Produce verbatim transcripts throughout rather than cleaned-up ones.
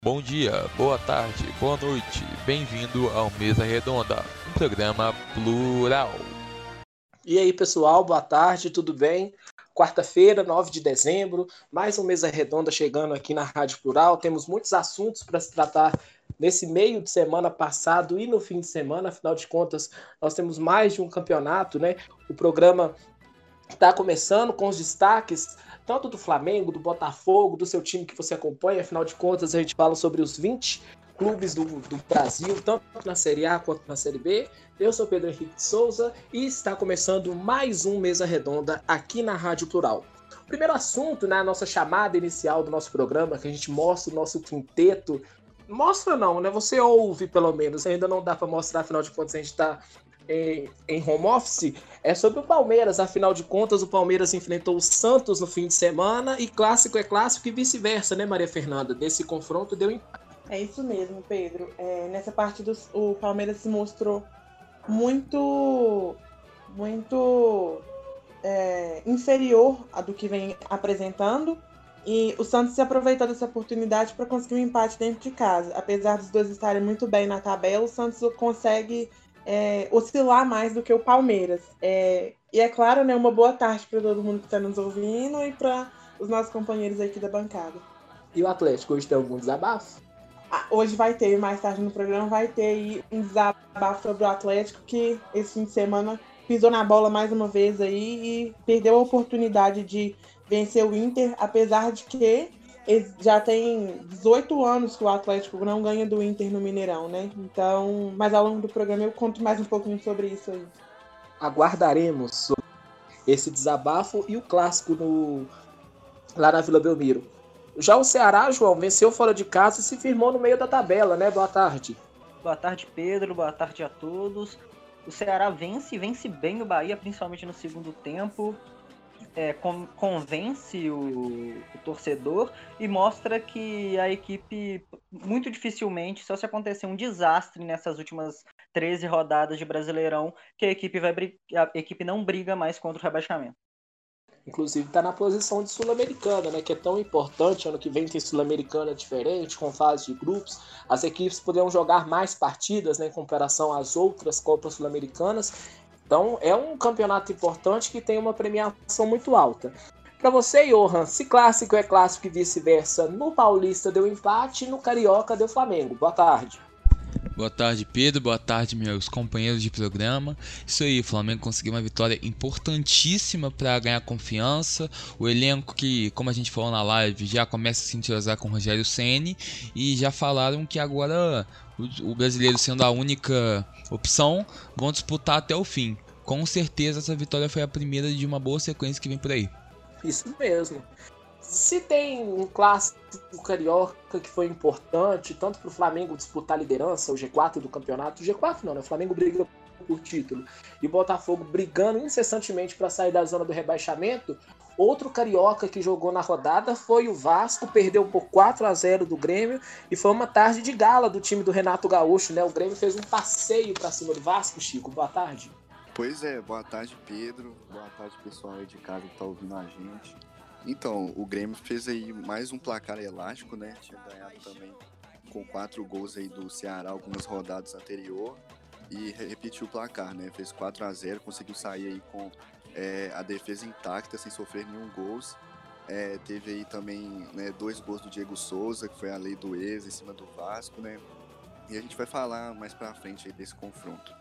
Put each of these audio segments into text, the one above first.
Bom dia, boa tarde, boa noite, bem-vindo ao Mesa Redonda, um programa plural. E aí, pessoal, boa tarde, tudo bem? Quarta-feira, nove de dezembro, mais um Mesa Redonda chegando aqui na Rádio Plural. Temos muitos assuntos para se tratar nesse meio de semana passado e no fim de semana, afinal de contas, nós temos mais de um campeonato, né? O programa está começando com os destaques tanto do Flamengo, do Botafogo, do seu time que você acompanha. Afinal de contas, a gente fala sobre os vinte clubes do, do Brasil, tanto na Série A quanto na Série B. Eu sou Pedro Henrique de Souza e está começando mais um Mesa Redonda aqui na Rádio Plural. O primeiro assunto, né, a nossa chamada inicial do nosso programa, que a gente mostra o nosso quinteto. Mostra não, né? Você ouve pelo menos, ainda não dá para mostrar, afinal de contas a gente está em, em home office, é sobre o Palmeiras. Afinal de contas, o Palmeiras enfrentou o Santos no fim de semana e clássico é clássico e vice-versa, né, Maria Fernanda? Desse confronto deu empate. É isso mesmo, Pedro. É, nessa parte do o Palmeiras se mostrou muito, muito é, inferior a do que vem apresentando. E o Santos se aproveitou dessa oportunidade para conseguir um empate dentro de casa. Apesar dos dois estarem muito bem na tabela, o Santos consegue é, oscilar mais do que o Palmeiras. É, e é claro, né, uma boa tarde para todo mundo que está nos ouvindo e para os nossos companheiros aqui da bancada. E o Atlético hoje tem algum desabafo? Ah, hoje vai ter, mais tarde no programa, vai ter aí um desabafo sobre o Atlético, que esse fim de semana pisou na bola mais uma vez aí e perdeu a oportunidade de vencer o Inter, apesar de que já tem dezoito anos que o Atlético não ganha do Inter no Mineirão, né? Então, mas ao longo do programa eu conto mais um pouquinho sobre isso aí. Aguardaremos esse desabafo e o clássico no... lá na Vila Belmiro. Já o Ceará, João, venceu fora de casa e se firmou no meio da tabela, né? Boa tarde. Boa tarde, Pedro. Boa tarde a todos. O Ceará vence, vence bem o Bahia, principalmente no segundo tempo. É, con- convence o, o torcedor e mostra que a equipe, muito dificilmente, só se acontecer um desastre nessas últimas treze rodadas de Brasileirão, que a equipe, vai brig- a equipe não briga mais contra o rebaixamento. Inclusive está na posição de Sul-Americana, né, que é tão importante. Ano que vem tem Sul-Americana diferente, com fase de grupos. As equipes poderão jogar mais partidas, né, em comparação às outras Copas Sul-Americanas. Então é um campeonato importante que tem uma premiação muito alta. Para você, Johan, se clássico é clássico e vice-versa, no Paulista deu empate, no Carioca deu Flamengo. Boa tarde. Boa tarde, Pedro. Boa tarde, meus companheiros de programa. Isso aí, o Flamengo conseguiu uma vitória importantíssima para ganhar confiança. O elenco que, como a gente falou na live, já começa a se entrosar com o Rogério Ceni e já falaram que agora o, o brasileiro sendo a única opção, vão disputar até o fim. Com certeza essa vitória foi a primeira de uma boa sequência que vem por aí. Isso mesmo. Se tem um clássico carioca que foi importante, tanto para o Flamengo disputar a liderança, o G quatro do campeonato, o G quatro não, né? O Flamengo briga por título, e o Botafogo brigando incessantemente para sair da zona do rebaixamento, outro carioca que jogou na rodada foi o Vasco, perdeu por quatro a zero do Grêmio, e foi uma tarde de gala do time do Renato Gaúcho, né? O Grêmio fez um passeio para cima do Vasco, Chico. Boa tarde. Pois é, boa tarde, Pedro. Boa tarde, pessoal aí de casa que tá ouvindo a gente. Então, o Grêmio fez aí mais um placar elástico, né? Tinha ganhado também com quatro gols aí do Ceará algumas rodadas anterior e repetiu o placar, né? Fez quatro a zero, conseguiu sair aí com é, a defesa intacta, sem sofrer nenhum gols. É, teve aí também, né, dois gols do Diego Souza, que foi a lei do ex em cima do Vasco, né? E a gente vai falar mais pra frente aí desse confronto.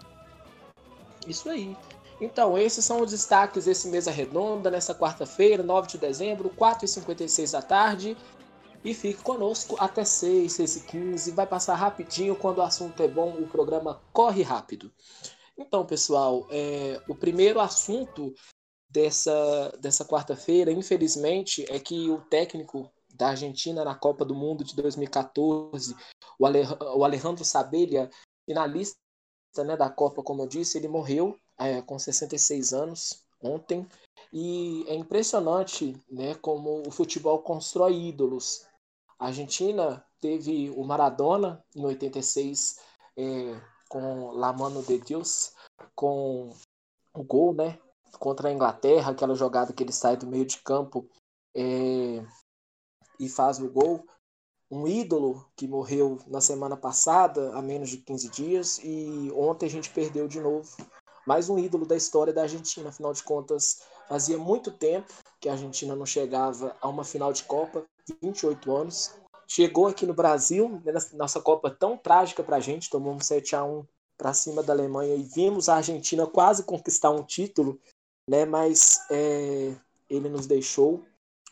Isso aí. Então, esses são os destaques desse Mesa Redonda, nessa quarta-feira, nove de dezembro, quatro e cinquenta e seis da tarde. E fique conosco até seis, seis e quinze. Vai passar rapidinho, quando o assunto é bom, o programa corre rápido. Então, pessoal, é, o primeiro assunto dessa, dessa quarta-feira, infelizmente, é que o técnico da Argentina na Copa do Mundo de dois mil e catorze, o, Ale, o Alejandro Sabella, finalista, né, da Copa, como eu disse, ele morreu é, com sessenta e seis anos ontem, e é impressionante, né, como o futebol constrói ídolos. A Argentina teve o Maradona em oitenta e seis, é, com La Mano de Dios, com o gol, né, contra a Inglaterra, aquela jogada que ele sai do meio de campo é, e faz o gol. um ídolo que morreu na semana passada, há menos de quinze dias, e ontem a gente perdeu de novo mais um ídolo da história da Argentina. Afinal de contas, fazia muito tempo que a Argentina não chegava a uma final de Copa, vinte e oito anos. Chegou aqui no Brasil, nossa Copa tão trágica para a gente, tomou um sete a um para cima da Alemanha e vimos a Argentina quase conquistar um título, né? Mas é, ele nos deixou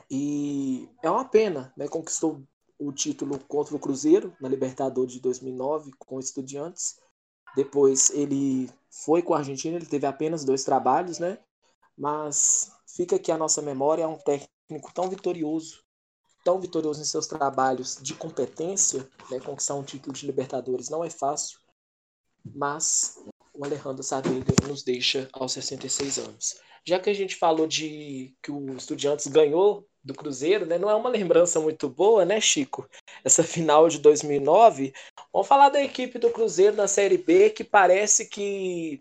e é uma pena, né? Conquistou o título contra o Cruzeiro na Libertadores de dois mil e nove com o Estudiantes. Depois ele foi com a Argentina, ele teve apenas dois trabalhos, né? Mas fica aqui a nossa memória, é um técnico tão vitorioso, tão vitorioso em seus trabalhos de competência, né? Conquistar um título de Libertadores não é fácil, mas o Alejandro Saavedra nos deixa aos sessenta e seis anos. Já que a gente falou de que o Estudiantes ganhou do Cruzeiro, né? Não é uma lembrança muito boa, né, Chico? Essa final de dois mil e nove. Vamos falar da equipe do Cruzeiro na Série B, que parece que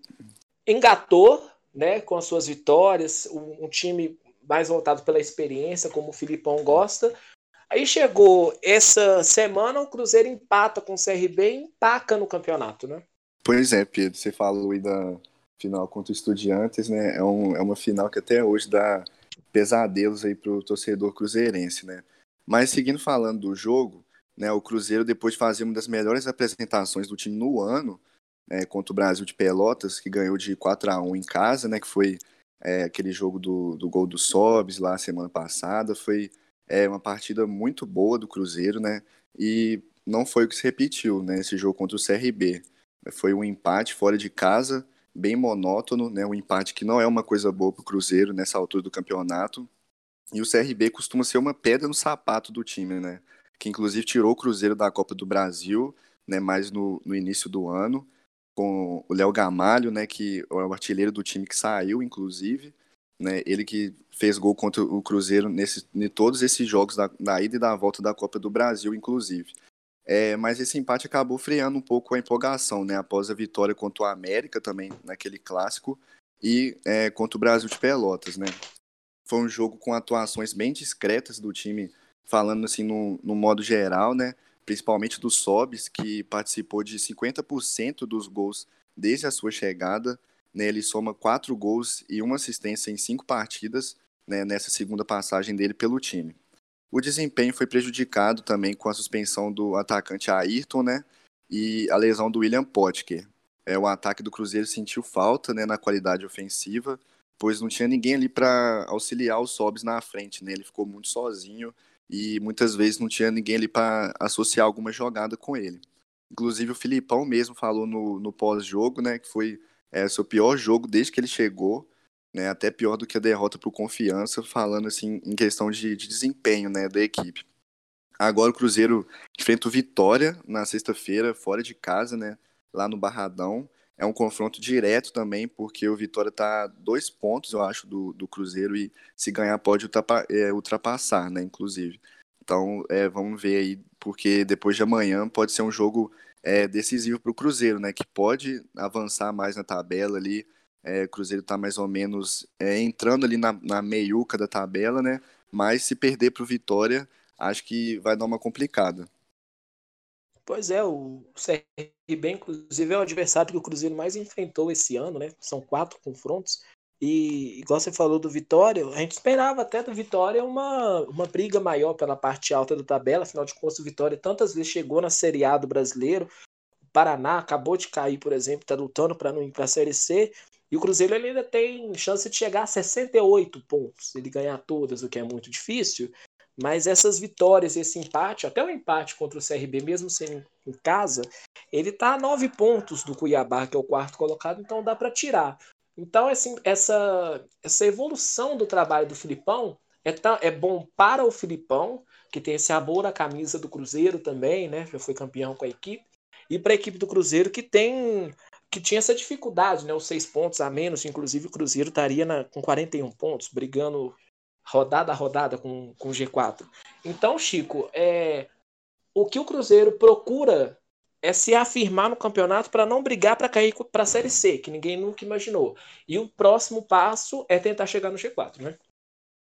engatou, né, com as suas vitórias, um, um time mais voltado pela experiência, como o Filipão gosta. Aí chegou essa semana, o Cruzeiro empata com o C R B e empaca no campeonato, né? Pois é, Pedro, você falou aí da final contra o Estudiantes, né? É, um, é uma final que até hoje dá pesadelos aí pro torcedor cruzeirense, né? Mas seguindo falando do jogo, né? O Cruzeiro, depois de fazer uma das melhores apresentações do time no ano, né, contra o Brasil de Pelotas, que ganhou de quatro a um em casa, né? Que foi é, aquele jogo do, do gol do Sobis lá semana passada. Foi é, uma partida muito boa do Cruzeiro, né? E não foi o que se repetiu, né? Esse jogo contra o C R B. Foi um empate fora de casa, bem monótono, né? Um empate que não é uma coisa boa para o Cruzeiro nessa altura do campeonato. E o C R B costuma ser uma pedra no sapato do time, né? Que inclusive tirou o Cruzeiro da Copa do Brasil, né? Mais no, no início do ano, com o Léo Gamalho, né? Que é o artilheiro do time que saiu, inclusive, né? Ele que fez gol contra o Cruzeiro nesse, em todos esses jogos da, da ida e da volta da Copa do Brasil, inclusive. É, mas esse empate acabou freando um pouco a empolgação, né? Após a vitória contra o América também, naquele clássico, e é, contra o Brasil de Pelotas, né? Foi um jogo com atuações bem discretas do time, falando assim no, no modo geral, né? Principalmente do Sobis, que participou de cinquenta por cento dos gols desde a sua chegada, né? Ele soma quatro gols e uma assistência em cinco partidas, né? Nessa segunda passagem dele pelo time. O desempenho foi prejudicado também com a suspensão do atacante Ayrton, né, e a lesão do William Potker. É, o ataque do Cruzeiro sentiu falta, né, na qualidade ofensiva, pois não tinha ninguém ali para auxiliar o Sobis na frente, né, ele ficou muito sozinho e muitas vezes não tinha ninguém ali para associar alguma jogada com ele. Inclusive o Filipão mesmo falou no, no pós-jogo, né, que foi é, seu pior jogo desde que ele chegou, né, até pior do que a derrota para o Confiança, falando assim em questão de, de desempenho, né, da equipe. Agora o Cruzeiro enfrenta o Vitória na sexta-feira, fora de casa, né, lá no Barradão. É um confronto direto também, porque o Vitória está a dois pontos, eu acho, do, do Cruzeiro, e se ganhar pode ultrapa, é, ultrapassar, né, inclusive. Então, é, vamos ver aí, porque depois de amanhã pode ser um jogo é, decisivo para o Cruzeiro, né, que pode avançar mais na tabela ali. É, o Cruzeiro está mais ou menos é, entrando ali na, na meiuca da tabela, né? Mas se perder para o Vitória, acho que vai dar uma complicada. Pois é, o C R B, inclusive, é o adversário que o Cruzeiro mais enfrentou esse ano, né? São quatro confrontos. E, igual você falou do Vitória, a gente esperava até do Vitória uma, uma briga maior pela parte alta da tabela. Afinal de contas, o Vitória tantas vezes chegou na Série A do brasileiro. O Paraná acabou de cair, por exemplo, está lutando para não ir para a Série C. E o Cruzeiro ele ainda tem chance de chegar a sessenta e oito pontos, ele ganhar todas, o que é muito difícil. Mas essas vitórias, esse empate, até o empate contra o C R B, mesmo sendo em casa, ele está a nove pontos do Cuiabá, que é o quarto colocado, então dá para tirar. Então, assim, essa, essa evolução do trabalho do Filipão é, tão, é bom para o Filipão, que tem esse amor à camisa do Cruzeiro também, né? Já foi campeão com a equipe. E para a equipe do Cruzeiro, que tem que tinha essa dificuldade, né? Os seis pontos a menos, inclusive o Cruzeiro estaria na, com quarenta e um pontos, brigando rodada a rodada com, com o G quatro. Então, Chico, é, o que o Cruzeiro procura é se afirmar no campeonato para não brigar para cair para a Série C, que ninguém nunca imaginou. E o próximo passo é tentar chegar no G quatro, né?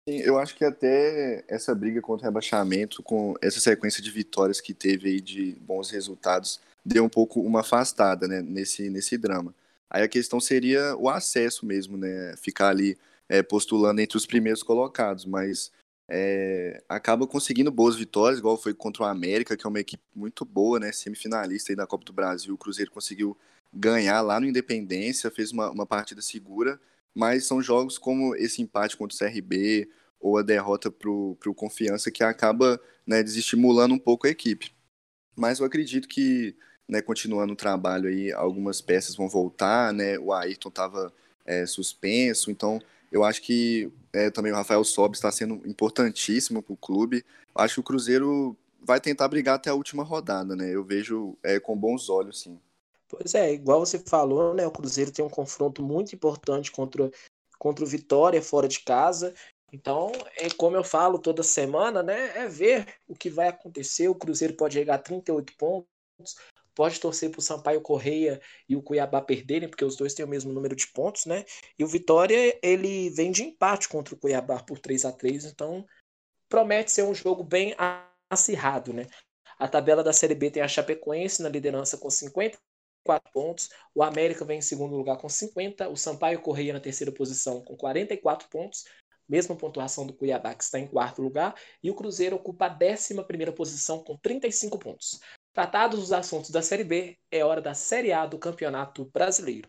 Sim, eu acho que até essa briga contra o rebaixamento, com essa sequência de vitórias que teve aí de bons resultados, deu um pouco uma afastada, né, nesse, nesse drama. Aí a questão seria o acesso mesmo, né, ficar ali é, postulando entre os primeiros colocados, mas é, acaba conseguindo boas vitórias, igual foi contra o América, que é uma equipe muito boa, né, semifinalista aí da Copa do Brasil. O Cruzeiro conseguiu ganhar lá no Independência, fez uma, uma partida segura, mas são jogos como esse empate contra o C R B ou a derrota para o Confiança que acaba, né, desestimulando um pouco a equipe. Mas eu acredito que, né, continuando o trabalho aí, algumas peças vão voltar, né, o Ayrton estava é, suspenso, então eu acho que é, também o Rafael Sobis está sendo importantíssimo para o clube. Eu acho que o Cruzeiro vai tentar brigar até a última rodada, né, eu vejo é, com bons olhos, sim. Pois é, igual você falou, né? O Cruzeiro tem um confronto muito importante contra, contra o Vitória fora de casa. Então, é como eu falo toda semana, né? É ver o que vai acontecer. O Cruzeiro pode chegar a trinta e oito pontos, pode torcer para o Sampaio Correia e o Cuiabá perderem, porque os dois têm o mesmo número de pontos, né? E o Vitória, ele vem de empate contra o Cuiabá por três a três, então promete ser um jogo bem acirrado, né? A tabela da Série B tem a Chapecoense na liderança com cinquenta e quatro pontos, o América vem em segundo lugar com cinquenta, o Sampaio Correia na terceira posição com quarenta e quatro pontos, mesma pontuação do Cuiabá, que está em quarto lugar, e o Cruzeiro ocupa a décima primeira posição com trinta e cinco pontos. Tratados os assuntos da Série B, é hora da Série A do Campeonato Brasileiro.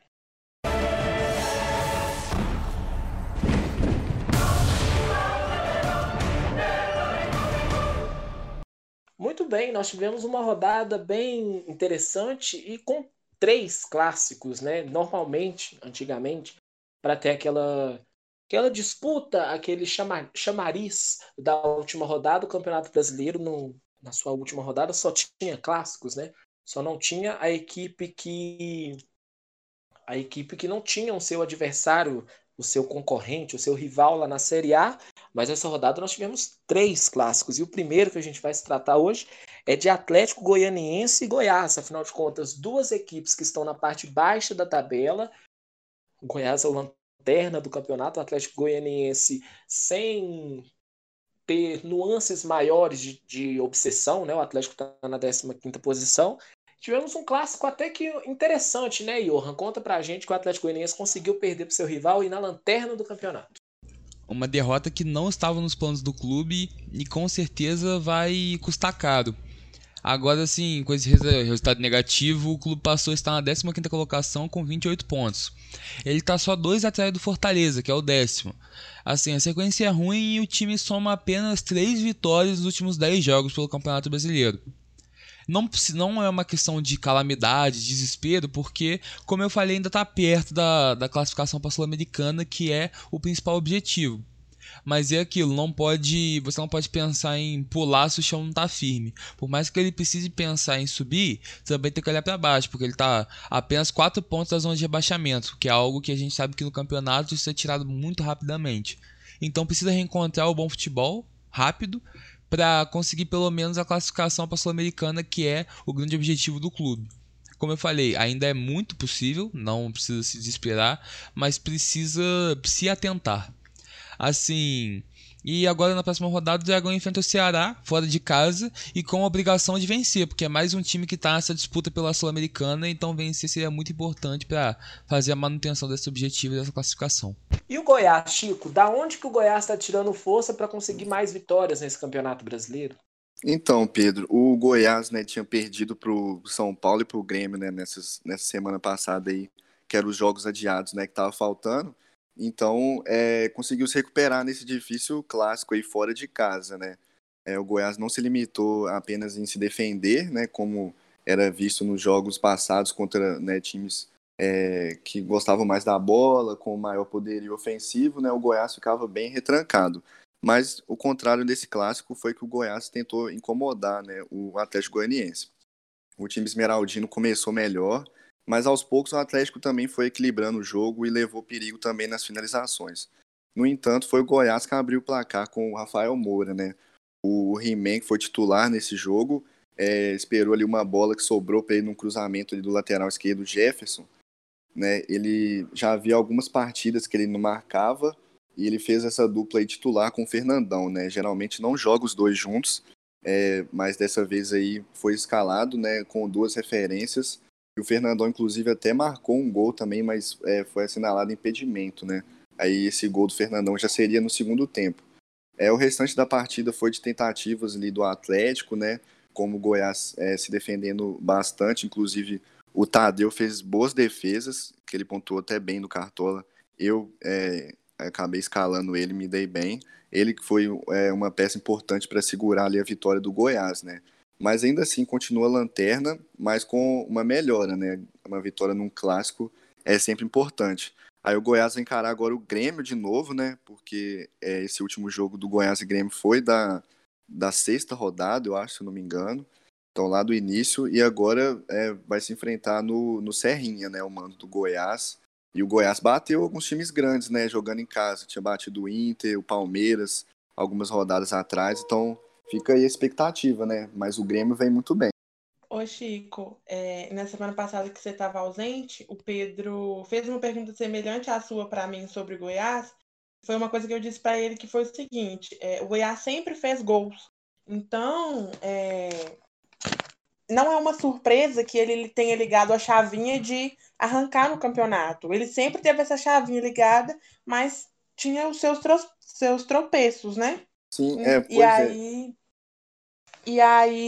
Muito bem, nós tivemos uma rodada bem interessante e com três clássicos, né? Normalmente, antigamente, para ter aquela, aquela disputa, aquele chama, chamariz da última rodada, o Campeonato Brasileiro, no, na sua última rodada, só tinha clássicos, né? Só não tinha a equipe que a equipe que não tinha o seu adversário, o seu concorrente, o seu rival lá na Série A, mas essa rodada nós tivemos três clássicos, e o primeiro que a gente vai se tratar hoje é de Atlético Goianiense e Goiás, afinal de contas, duas equipes que estão na parte baixa da tabela. O Goiás é o lanterna do campeonato, o Atlético Goianiense sem ter nuances maiores de, de obsessão, né? O Atlético está na décima quinta posição. Tivemos um clássico até que interessante, né, Johan? Conta pra gente que o Atlético Goianiense conseguiu perder pro seu rival e ir na lanterna do campeonato. Uma derrota que não estava nos planos do clube e com certeza vai custar caro. Agora sim, com esse resultado negativo, o clube passou a estar na décima quinta colocação com vinte e oito pontos. Ele está só dois atrás do Fortaleza, que é o décimo. Assim, a sequência é ruim e o time soma apenas três vitórias nos últimos dez jogos pelo Campeonato Brasileiro. Não, não é uma questão de calamidade, desespero, porque, como eu falei, ainda está perto da, da classificação para a Sul-Americana, que é o principal objetivo. Mas é aquilo, não pode, você não pode pensar em pular se o chão não está firme. Por mais que ele precise pensar em subir, também tem que olhar para baixo, porque ele está apenas quatro pontos da zona de rebaixamento, que é algo que a gente sabe que no campeonato isso é tirado muito rapidamente. Então precisa reencontrar o bom futebol rápido, para conseguir pelo menos a classificação para a Sul-Americana, que é o grande objetivo do clube. Como eu falei, ainda é muito possível, não precisa se desesperar, mas precisa se atentar. Assim, e agora na próxima rodada o Dragão enfrenta o Ceará, fora de casa, e com a obrigação de vencer, porque é mais um time que está nessa disputa pela Sul-Americana, então vencer seria muito importante para fazer a manutenção desse objetivo e dessa classificação. E o Goiás, Chico? Da onde que o Goiás está tirando força para conseguir mais vitórias nesse Campeonato Brasileiro? Então, Pedro, o Goiás, né, tinha perdido para o São Paulo e para o Grêmio, né, nessas, nessa semana passada aí, que eram os jogos adiados, né, que estava faltando. Então, é, conseguiu se recuperar nesse difícil clássico aí fora de casa, né? É, o Goiás não se limitou apenas em se defender, né, como era visto nos jogos passados contra, né, times é, que gostavam mais da bola, com maior poderio ofensivo, né? O Goiás ficava bem retrancado. Mas o contrário desse clássico foi que o Goiás tentou incomodar, né, o Atlético Goianiense. O time esmeraldino começou melhor, mas aos poucos o Atlético também foi equilibrando o jogo e levou perigo também nas finalizações. No entanto, foi o Goiás que abriu o placar com o Rafael Moura, né? O He-Man, que foi titular nesse jogo, é, esperou ali uma bola que sobrou para ele num cruzamento ali do lateral esquerdo, Jefferson, né? Ele já havia algumas partidas que ele não marcava, e ele fez essa dupla aí titular com o Fernandão, né? Geralmente não joga os dois juntos, é, mas dessa vez aí foi escalado, né, com duas referências. E o Fernandão, inclusive, até marcou um gol também, mas é, foi assinalado impedimento, né? Aí esse gol do Fernandão já seria no segundo tempo. É, o restante da partida foi de tentativas ali do Atlético, né? Como o Goiás é, se defendendo bastante, inclusive o Tadeu fez boas defesas, que ele pontuou até bem no Cartola. Eu é, acabei escalando ele, me dei bem. Ele que foi é, uma peça importante para segurar ali a vitória do Goiás, né? Mas ainda assim continua lanterna, mas com uma melhora, né? Uma vitória num clássico é sempre importante. Aí o Goiás vai encarar agora o Grêmio de novo, né? Porque é, esse último jogo do Goiás e Grêmio foi da, da sexta rodada, eu acho, se eu não me engano. Então lá do início, e agora é, vai se enfrentar no, no Serrinha, né? O mando do Goiás. E o Goiás bateu alguns times grandes, né? Jogando em casa. Tinha batido o Inter, o Palmeiras, algumas rodadas atrás. Então fica aí a expectativa, né? Mas o Grêmio vem muito bem. Ô Chico, é, na semana passada que você estava ausente, o Pedro fez uma pergunta semelhante à sua para mim sobre Goiás. Foi uma coisa que eu disse para ele que foi o seguinte: é, o Goiás sempre fez gols. Então, é, não é uma surpresa que ele, ele tenha ligado a chavinha de arrancar no campeonato. Ele sempre teve essa chavinha ligada, mas tinha os seus, tro- seus tropeços, né? Sim, é, E pois é. aí. E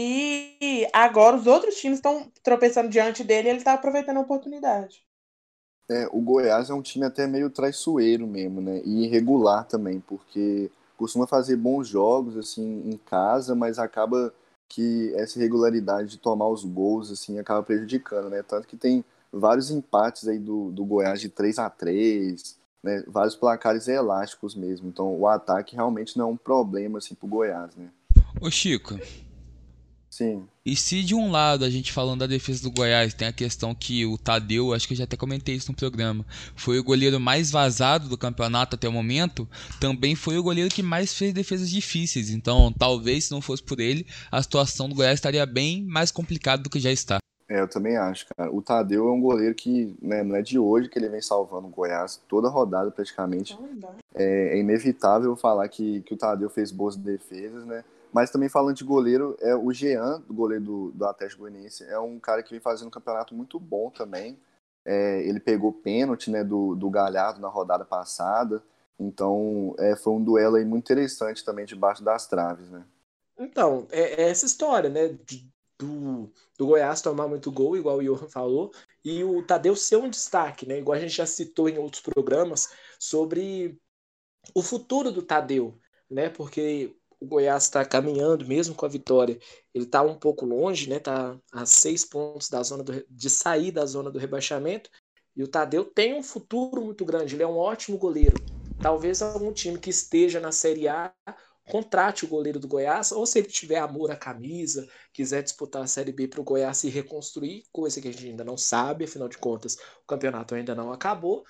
aí, agora os outros times estão tropeçando diante dele e ele está aproveitando a oportunidade. É, o Goiás é um time até meio traiçoeiro mesmo, né? E irregular também, porque costuma fazer bons jogos assim em casa, mas acaba que essa irregularidade de tomar os gols assim acaba prejudicando, né? Tanto que tem vários empates aí do, do Goiás de três a três, né? Vários placares elásticos mesmo. Então o ataque realmente não é um problema assim pro Goiás, né? Ô Chico, Sim. e se de um lado a gente falando da defesa do Goiás, tem a questão que o Tadeu, acho que eu já até comentei isso no programa, foi o goleiro mais vazado do campeonato até o momento, também foi o goleiro que mais fez defesas difíceis. Então, talvez se não fosse por ele, a situação do Goiás estaria bem mais complicada do que já está. É, eu também acho, cara. O Tadeu é um goleiro que, né, não é de hoje que ele vem salvando o Goiás, toda rodada praticamente. É, é inevitável falar que, que o Tadeu fez boas defesas, né? Mas também falando de goleiro, é o Jean, do goleiro do, do Atlético Goianiense, é um cara que vem fazendo um campeonato muito bom também. É, ele pegou pênalti, né, do, do Galhardo na rodada passada. Então, é, foi um duelo aí muito interessante também debaixo das traves, né? Então, é, é essa história, né? de- Do, do Goiás tomar muito gol, igual o Johan falou, e o Tadeu ser um destaque, né? Igual a gente já citou em outros programas, sobre o futuro do Tadeu, né? Porque o Goiás está caminhando mesmo com a vitória. Ele está um pouco longe, né? Está a seis pontos da zona do, de sair da zona do rebaixamento. E o Tadeu tem um futuro muito grande. Ele é um ótimo goleiro. Talvez algum time que esteja na Série A contrate o goleiro do Goiás, ou se ele tiver amor à camisa, quiser disputar a Série B para o Goiás se reconstruir, coisa que a gente ainda não sabe, afinal de contas, o campeonato ainda não acabou.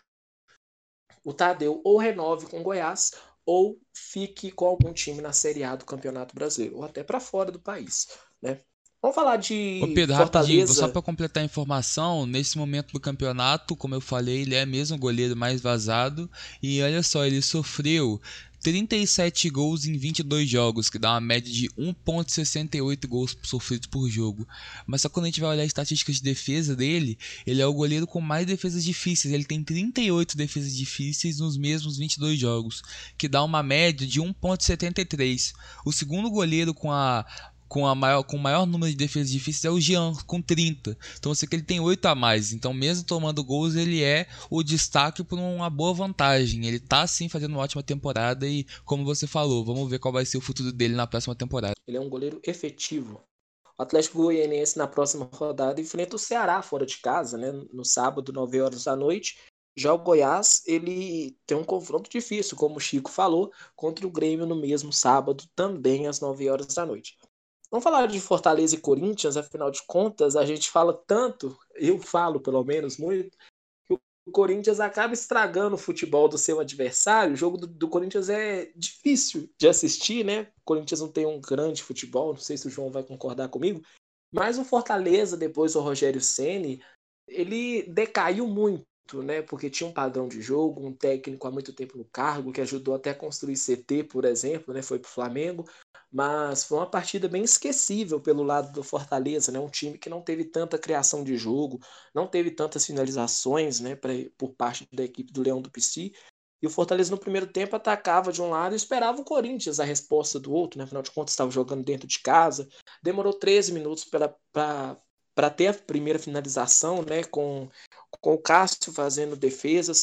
O Tadeu ou renove com o Goiás ou fique com algum time na Série A do Campeonato Brasileiro, ou até para fora do país, né? Vamos falar Ô de Pedro, rapidinho, só Fortaleza. para completar a informação, nesse momento do campeonato, como eu falei, ele é mesmo o goleiro mais vazado. E olha só, ele sofreu trinta e sete gols em vinte e dois jogos, que dá uma média de um vírgula sessenta e oito gols sofridos por jogo. Mas só quando a gente vai olhar as estatísticas de defesa dele, ele é o goleiro com mais defesas difíceis. Ele tem trinta e oito defesas difíceis nos mesmos vinte e dois jogos, que dá uma média de um vírgula setenta e três. O segundo goleiro com a com, a maior, com o maior número de defesas difíceis é o Jean, com trinta. Então você que ele tem oito a mais. Então mesmo tomando gols, ele é o destaque por uma boa vantagem. Ele tá sim fazendo uma ótima temporada e, como você falou, vamos ver qual vai ser o futuro dele na próxima temporada. Ele é um goleiro efetivo. O Atlético Goianiense na próxima rodada enfrenta o Ceará fora de casa, né? No sábado, nove horas da noite. Já o Goiás, ele tem um confronto difícil, como o Chico falou, contra o Grêmio no mesmo sábado, também às nove horas da noite. Vamos falar de Fortaleza e Corinthians, afinal de contas, a gente fala tanto, eu falo pelo menos muito, que o Corinthians acaba estragando o futebol do seu adversário. O jogo do, do Corinthians é difícil de assistir, né? O Corinthians não tem um grande futebol, não sei se o João vai concordar comigo, mas o Fortaleza, depois do Rogério Ceni, ele decaiu muito, né? Porque tinha um padrão de jogo, um técnico há muito tempo no cargo, que ajudou até a construir C T, por exemplo, né? Foi para o Flamengo. Mas foi uma partida bem esquecível pelo lado do Fortaleza, né? Um time que não teve tanta criação de jogo, não teve tantas finalizações, né? Pra, por parte da equipe do Leão do Pici. E o Fortaleza no primeiro tempo atacava de um lado e esperava o Corinthians a resposta do outro, né? Afinal de contas estava jogando dentro de casa. Demorou treze minutos para ter a primeira finalização, né? Com, com o Cássio fazendo defesas.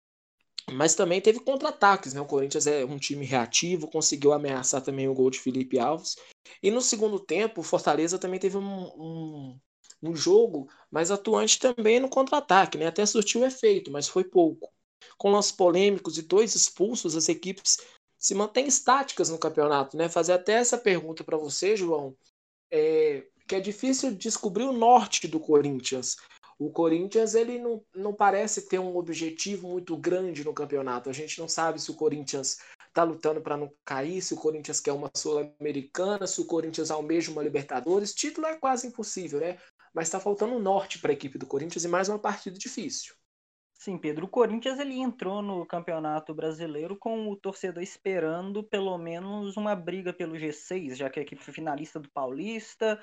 Mas também teve contra-ataques, né? O Corinthians é um time reativo, conseguiu ameaçar também o gol de Felipe Alves. E no segundo tempo, o Fortaleza também teve um, um, um jogo mais atuante também no contra-ataque, né? Até surtiu efeito, mas foi pouco. Com lances polêmicos e dois expulsos, as equipes se mantêm estáticas no campeonato, né? Fazer até essa pergunta para você, João, é, que é difícil descobrir o norte do Corinthians. O Corinthians ele não, não parece ter um objetivo muito grande no campeonato. A gente não sabe se o Corinthians está lutando para não cair, se o Corinthians quer uma Sul-Americana, se o Corinthians almeja uma Libertadores. Título é quase impossível, né? Mas está faltando um norte para a equipe do Corinthians e mais uma partida difícil. Sim, Pedro, o Corinthians ele entrou no Campeonato Brasileiro com o torcedor esperando pelo menos uma briga pelo G seis, já que a equipe foi finalista do Paulista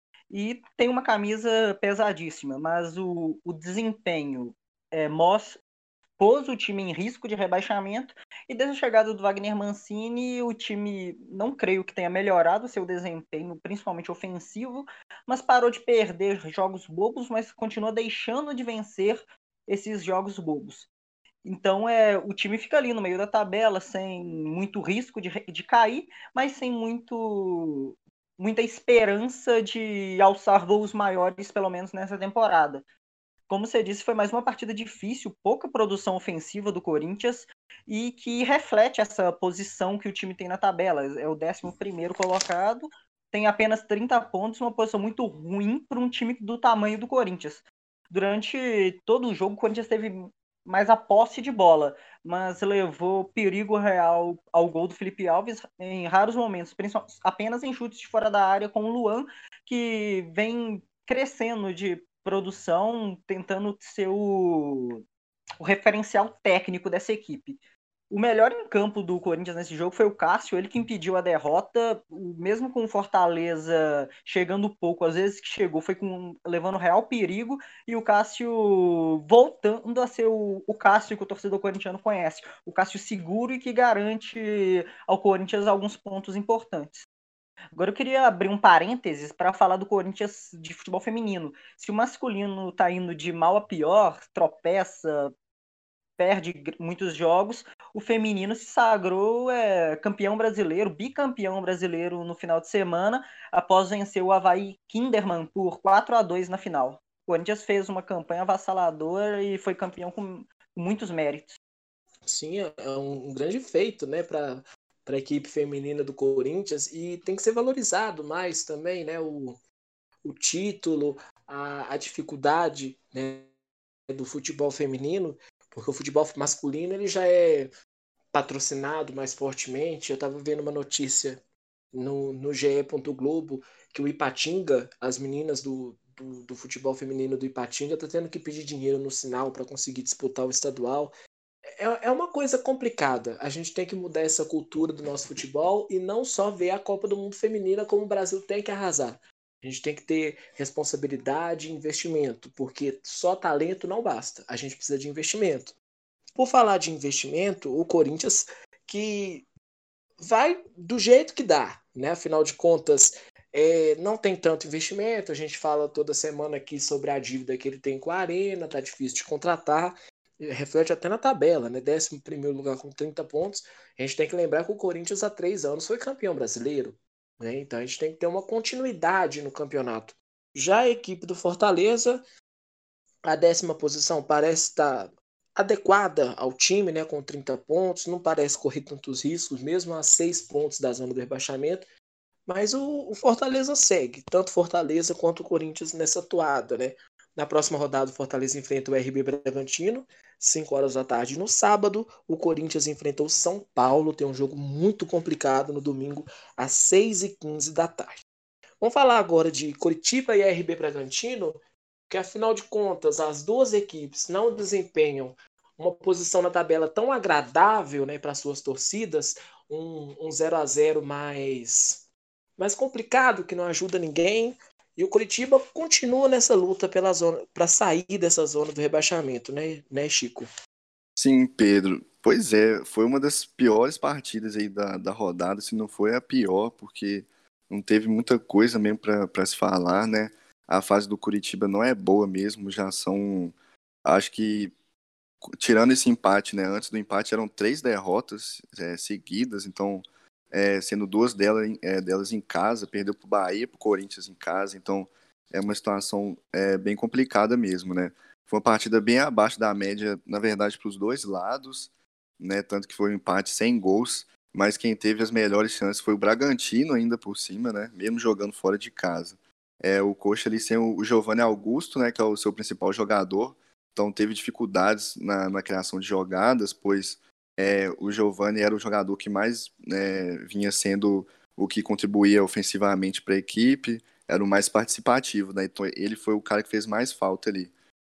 e tem uma camisa pesadíssima, mas o, o desempenho é, mostra, pôs o time em risco de rebaixamento e desde a chegada do Wagner Mancini o time não creio que tenha melhorado seu desempenho, principalmente ofensivo, mas parou de perder jogos bobos, mas continua deixando de vencer esses jogos bobos. Então é, o time fica ali no meio da tabela, sem muito risco de, de cair, mas sem muito, muita esperança de alçar voos maiores, pelo menos nessa temporada. Como você disse, foi mais uma partida difícil, pouca produção ofensiva do Corinthians e que reflete essa posição que o time tem na tabela. É o décimo primeiro colocado, tem apenas trinta pontos, uma posição muito ruim para um time do tamanho do Corinthians. Durante todo o jogo, o Corinthians teve mais a posse de bola, mas levou perigo real ao gol do Felipe Alves em raros momentos, apenas em chutes de fora da área com o Luan, que vem crescendo de produção, tentando ser o, o referencial técnico dessa equipe. O melhor em campo do Corinthians nesse jogo foi o Cássio, ele que impediu a derrota, mesmo com o Fortaleza chegando pouco, às vezes que chegou foi com, levando real perigo, e o Cássio voltando a ser o, o Cássio que o torcedor corintiano conhece, o Cássio seguro e que garante ao Corinthians alguns pontos importantes. Agora eu queria abrir um parênteses para falar do Corinthians de futebol feminino. Se o masculino está indo de mal a pior, tropeça, perde muitos jogos, o feminino se sagrou é, campeão brasileiro, bicampeão brasileiro no final de semana, após vencer o Avaí Kinderman por quatro a dois na final. O Corinthians fez uma campanha avassaladora e foi campeão com muitos méritos. Sim, é um grande feito, né, para para a equipe feminina do Corinthians e tem que ser valorizado mais também, né, o, o título, a, a dificuldade, né, do futebol feminino, porque o futebol masculino ele já é patrocinado mais fortemente. Eu estava vendo uma notícia no, no G E. Globo que o Ipatinga, as meninas do, do, do futebol feminino do Ipatinga, estão tendo que pedir dinheiro no Sinal para conseguir disputar o estadual. É, é uma coisa complicada. A gente tem que mudar essa cultura do nosso futebol e não só ver a Copa do Mundo Feminina como o Brasil tem que arrasar. A gente tem que ter responsabilidade e investimento, porque só talento não basta. A gente precisa de investimento. Por falar de investimento, o Corinthians que vai do jeito que dá, né? Afinal de contas, é, não tem tanto investimento. A gente fala toda semana aqui sobre a dívida que ele tem com a Arena, tá difícil de contratar. Reflete até na tabela, né? décimo primeiro lugar com trinta pontos. A gente tem que lembrar que o Corinthians há três anos foi campeão brasileiro, né? Então a gente tem que ter uma continuidade no campeonato. Já a equipe do Fortaleza, a décima posição parece estar adequada ao time, né? Com trinta pontos, não parece correr tantos riscos, mesmo a seis pontos da zona do rebaixamento. Mas o, o Fortaleza segue, tanto Fortaleza quanto o Corinthians nessa toada, né? Na próxima rodada, o Fortaleza enfrenta o R B Bragantino, cinco horas da tarde. No sábado, o Corinthians enfrenta o São Paulo. Tem um jogo muito complicado no domingo, às seis e quinze da tarde. Vamos falar agora de Coritiba e R B Bragantino. que afinal de contas as duas equipes não desempenham uma posição na tabela tão agradável, né, para suas torcidas, um, um zero a zero mais, mais complicado, que não ajuda ninguém, e o Coritiba continua nessa luta pela zona, para sair dessa zona do rebaixamento, né, né, Chico? Sim, Pedro. Pois é, foi uma das piores partidas aí da, da rodada, se não foi a pior, porque não teve muita coisa mesmo para se falar, né? A fase do Curitiba não é boa mesmo, já são, acho que, tirando esse empate, né? Antes do empate eram três derrotas é, seguidas, então, é, sendo duas delas, é, delas em casa, perdeu pro Bahia, pro Corinthians em casa, então é uma situação é, bem complicada mesmo, né? Foi uma partida bem abaixo da média, na verdade, para os dois lados, né? Tanto que foi um empate sem gols, mas quem teve as melhores chances foi o Bragantino ainda por cima, né? Mesmo jogando fora de casa. É, o Coxa ali sem o Giovanni Augusto, né? Que é o seu principal jogador, então teve dificuldades na, na criação de jogadas, pois é, o Giovanni era o jogador que mais né, vinha sendo o que contribuía ofensivamente para a equipe, era o mais participativo, né? Então ele foi o cara que fez mais falta ali.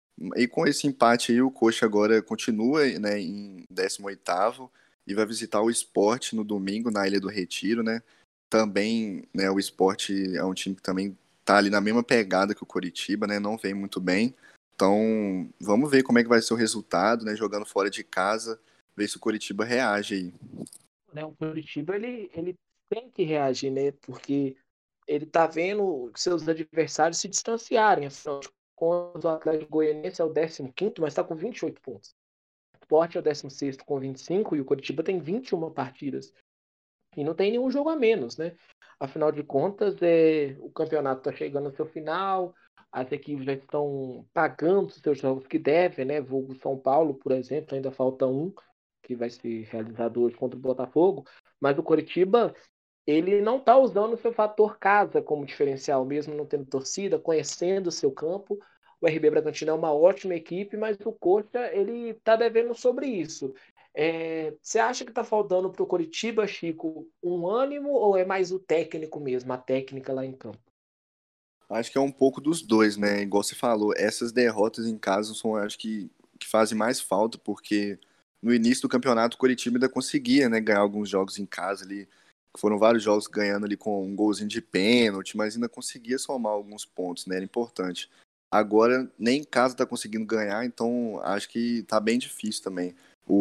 E com esse empate aí, o Coxa agora continua, né, em décimo oitavo e vai visitar o Sport no domingo na Ilha do Retiro, né? Também, né, o Sport é um time que também tá ali na mesma pegada que o Coritiba, né? Não vem muito bem. Então, vamos ver como é que vai ser o resultado, né? Jogando fora de casa, ver se o Coritiba reage aí. Né, o Curitiba ele, ele tem que reagir, né? Porque ele tá vendo seus adversários se distanciarem. Afinal de contas, o Atlético Goianiense é o décimo quinto, mas está com vinte e oito pontos. O Sport é o décimo sexto com vinte e cinco e o Curitiba tem vinte e uma partidas. E não tem nenhum jogo a menos, né? Afinal de contas, é, o campeonato está chegando ao seu final, as equipes já estão pagando os seus jogos que devem, né? Vulgo São Paulo, por exemplo, ainda falta um, que vai ser realizado hoje contra o Botafogo, mas o Coritiba ele não está usando o seu fator casa como diferencial, mesmo não tendo torcida, conhecendo o seu campo. O R B Bragantino é uma ótima equipe, mas o Coxa ele está devendo sobre isso. É, você acha que está faltando para o Coritiba, Chico, um ânimo ou é mais o técnico mesmo, a técnica lá em campo? Acho que é um pouco dos dois, né? Igual você falou, essas derrotas em casa são, acho que, que fazem mais falta, porque no início do campeonato o Coritiba ainda conseguia, né, ganhar alguns jogos em casa ali. Foram vários jogos ganhando ali com um golzinho de pênalti, mas ainda conseguia somar alguns pontos, né? Era importante. Agora, nem em casa tá conseguindo ganhar, então acho que tá bem difícil também.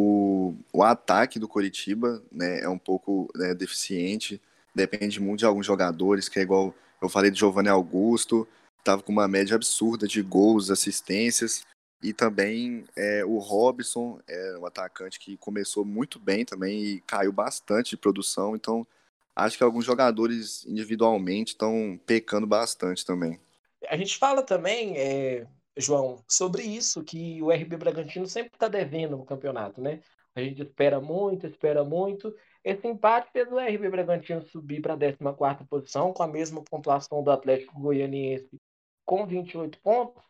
O, o ataque do Coritiba, né, é um pouco né, deficiente, depende muito de alguns jogadores, que é igual eu falei de Giovanni Augusto, tava com uma média absurda de gols, assistências, e também é, o Robson, é um atacante que começou muito bem também e caiu bastante de produção, então acho que alguns jogadores individualmente estão pecando bastante também. A gente fala também, é, João, sobre isso, que o R B Bragantino sempre está devendo no campeonato, né? A gente espera muito, espera muito. Esse empate fez o R B Bragantino subir para a décima quarta posição, com a mesma pontuação do Atlético Goianiense, com vinte e oito pontos.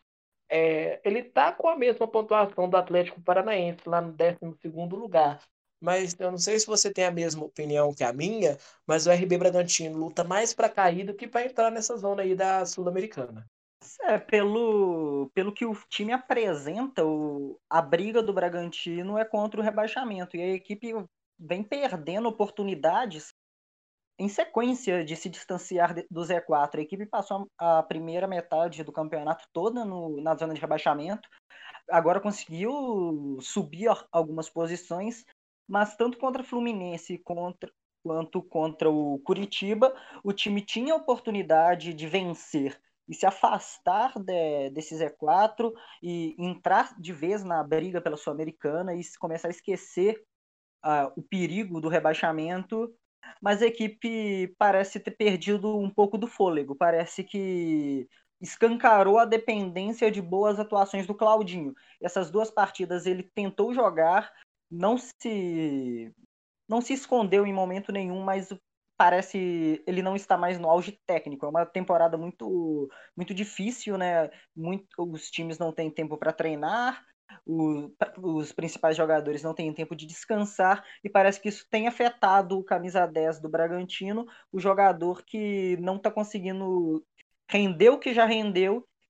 É, ele está com a mesma pontuação do Atlético Paranaense, lá no décimo segundo lugar. Mas eu não sei se você tem a mesma opinião que a minha, mas o R B Bragantino luta mais para cair do que para entrar nessa zona aí da Sul-Americana. É, pelo, pelo que o time apresenta, o, a briga do Bragantino é contra o rebaixamento. E a equipe vem perdendo oportunidades em sequência de se distanciar do Z quatro. A equipe passou a primeira metade do campeonato toda no, na zona de rebaixamento. Agora conseguiu subir algumas posições, mas tanto contra o Fluminense contra, quanto contra o Curitiba, o time tinha a oportunidade de vencer e se afastar de, desse Z quatro e entrar de vez na briga pela Sul-Americana e começar a esquecer uh, o perigo do rebaixamento, mas a equipe parece ter perdido um pouco do fôlego, parece que escancarou a dependência de boas atuações do Claudinho. Essas duas partidas ele tentou jogar, não se não se escondeu em momento nenhum, mas parece ele não está mais no auge técnico. É uma temporada muito muito difícil, né? Muito, os times não têm tempo para treinar, o, os principais jogadores não têm tempo de descansar e parece que isso tem afetado o camisa dez do Bragantino, o jogador que não está conseguindo render o que já rendeu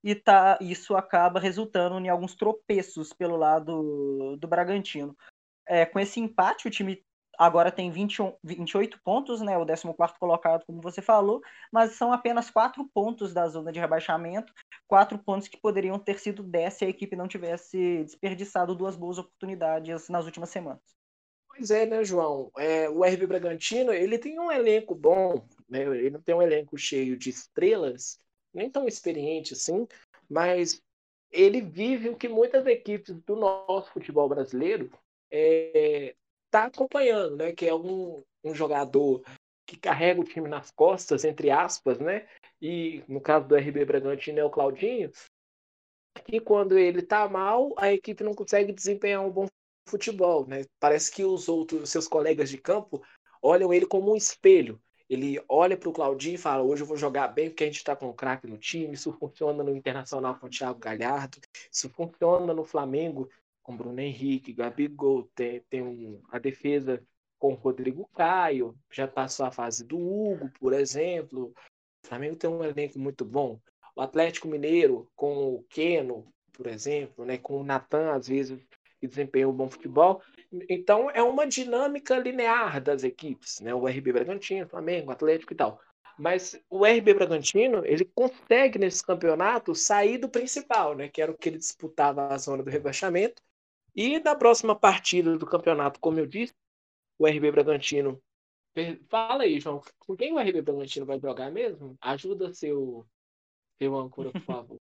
e tá, isso acaba resultando em alguns tropeços pelo lado do Bragantino. É, com esse empate, o time agora tem vinte e um, vinte e oito pontos, né, o décimo quarto colocado, como você falou, mas são apenas quatro pontos da zona de rebaixamento, quatro pontos que poderiam ter sido dez se a equipe não tivesse desperdiçado duas boas oportunidades nas últimas semanas. Pois é, né, João? É, o R B Bragantino, ele tem um elenco bom, né? Ele não tem um elenco cheio de estrelas, nem tão experiente assim, mas ele vive o que muitas equipes do nosso futebol brasileiro é, tá acompanhando, né? Que é um, um jogador que carrega o time nas costas, entre aspas, né? E no caso do R B Bragantino é o Claudinho, que quando ele tá mal, a equipe não consegue desempenhar um bom futebol, né? Parece que os outros seus colegas de campo olham ele como um espelho. Ele olha para o Claudinho e fala: hoje eu vou jogar bem porque a gente está com um craque no time. Isso funciona no Internacional com o Thiago Galhardo, isso funciona no Flamengo com Bruno Henrique, Gabigol, tem, tem um, a defesa com o Rodrigo Caio, já passou a fase do Hugo, por exemplo. O Flamengo tem um elenco muito bom. O Atlético Mineiro, com o Keno, por exemplo, né, com o Natan, às vezes, que desempenha um bom futebol. Então, é uma dinâmica linear das equipes, né? O R B Bragantino, Flamengo, Atlético e tal. Mas o R B Bragantino, ele consegue, nesse campeonato, sair do principal, né? Que era o que ele disputava a zona do rebaixamento. E na próxima partida do campeonato, como eu disse, o R B Bragantino... Fala aí, João, com quem o R B Bragantino vai jogar mesmo? Ajuda seu... seu âncora, por favor.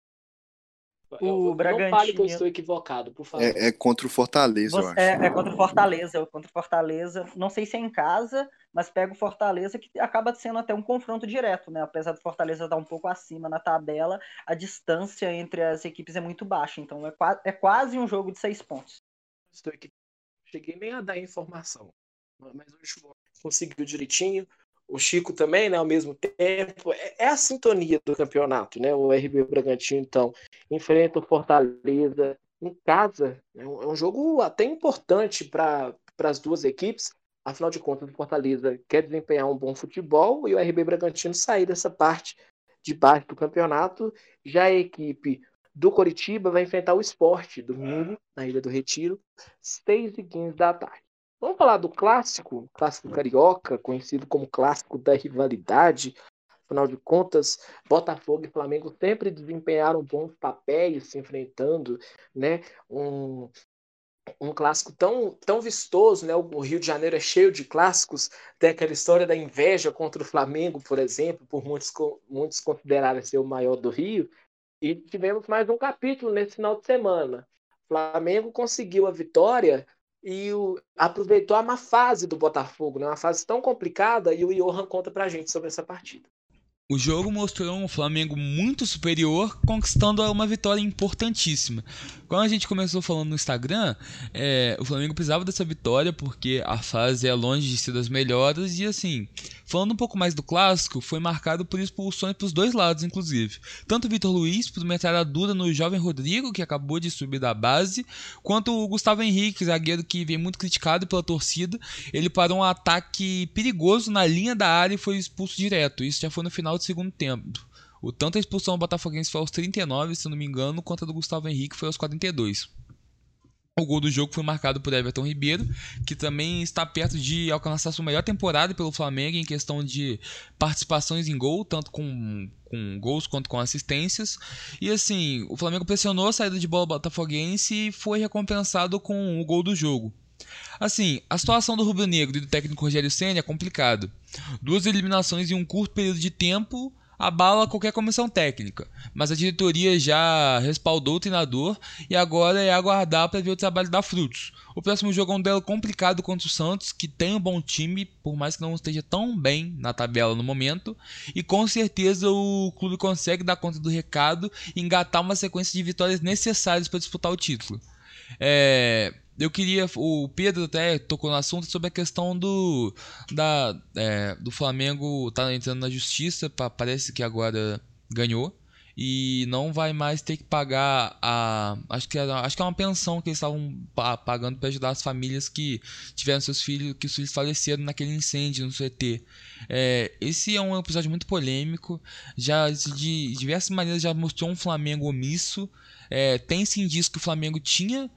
O Eu, Bragantino... Não fale que eu estou equivocado, por favor. É, é contra o Fortaleza, Você, eu acho. É, é contra o Fortaleza, é contra o Fortaleza. Não sei se é em casa, mas pega o Fortaleza, que acaba sendo até um confronto direto, né? Apesar do Fortaleza estar um pouco acima na tabela, a distância entre as equipes é muito baixa. Então é, qua- é quase um jogo de seis pontos. Estou aqui. Cheguei nem a dar informação, mas o João conseguiu direitinho. O Chico também, né, ao mesmo tempo. É, é a sintonia do campeonato, né? O R B Bragantino, então, enfrenta o Fortaleza em casa. É um, é um jogo até importante para as duas equipes. Afinal de contas, o Fortaleza quer desempenhar um bom futebol e o R B Bragantino sair dessa parte de baixo do campeonato. Já a equipe do Coritiba vai enfrentar o Sport domingo, na Ilha do Retiro, seis e quinze da tarde. Vamos falar do clássico, clássico carioca, conhecido como clássico da rivalidade. Afinal de contas, Botafogo e Flamengo sempre desempenharam bons papéis se enfrentando, né? Um, um clássico tão, tão vistoso, né? O Rio de Janeiro é cheio de clássicos. Tem aquela história da inveja contra o Flamengo, por exemplo, por muitos, muitos considerarem ser o maior do Rio. E tivemos mais um capítulo nesse final de semana. O Flamengo conseguiu a vitória e o, aproveitou a má fase do Botafogo, né? Uma fase tão complicada, e o Johan conta pra gente sobre essa partida. O jogo mostrou um Flamengo muito superior, conquistando uma vitória importantíssima. Quando a gente começou falando no Instagram, é, o Flamengo precisava dessa vitória porque a fase é longe de ser das melhores. E assim, falando um pouco mais do clássico, foi marcado por expulsões para os dois lados, inclusive. Tanto o Vitor Luiz por uma entrada dura no jovem Rodrigo, que acabou de subir da base, quanto o Gustavo Henrique, zagueiro que vem muito criticado pela torcida. Ele parou um ataque perigoso na linha da área e foi expulso direto. Isso já foi no final do segundo tempo. O tanto a expulsão do Botafoguense foi aos trinta e nove, se não me engano, quanto a do Gustavo Henrique foi aos quarenta e dois. O gol do jogo foi marcado por Everton Ribeiro, que também está perto de alcançar sua melhor temporada pelo Flamengo em questão de participações em gol, tanto com, com gols quanto com assistências. E assim, o Flamengo pressionou a saída de bola botafoguense e foi recompensado com o gol do jogo. Assim, a situação do rubro-negro e do técnico Rogério Ceni é complicado. Duas eliminações em um curto período de tempo abala qualquer comissão técnica, mas a diretoria já respaldou o treinador e agora é aguardar para ver o trabalho dar frutos. O próximo jogo é um duelo complicado contra o Santos, que tem um bom time, por mais que não esteja tão bem na tabela no momento, e com certeza o clube consegue dar conta do recado e engatar uma sequência de vitórias necessárias para disputar o título. É... Eu queria, o Pedro até tocou no assunto sobre a questão do, da, é, do Flamengo tá entrando na justiça, parece que agora ganhou, e não vai mais ter que pagar a acho que era, acho que é uma pensão que eles estavam pagando para ajudar as famílias que tiveram seus filhos que os filhos faleceram naquele incêndio no C T. É, esse é um episódio muito polêmico, já de diversas maneiras já mostrou um Flamengo omisso. É, tem sim indício que o Flamengo tinha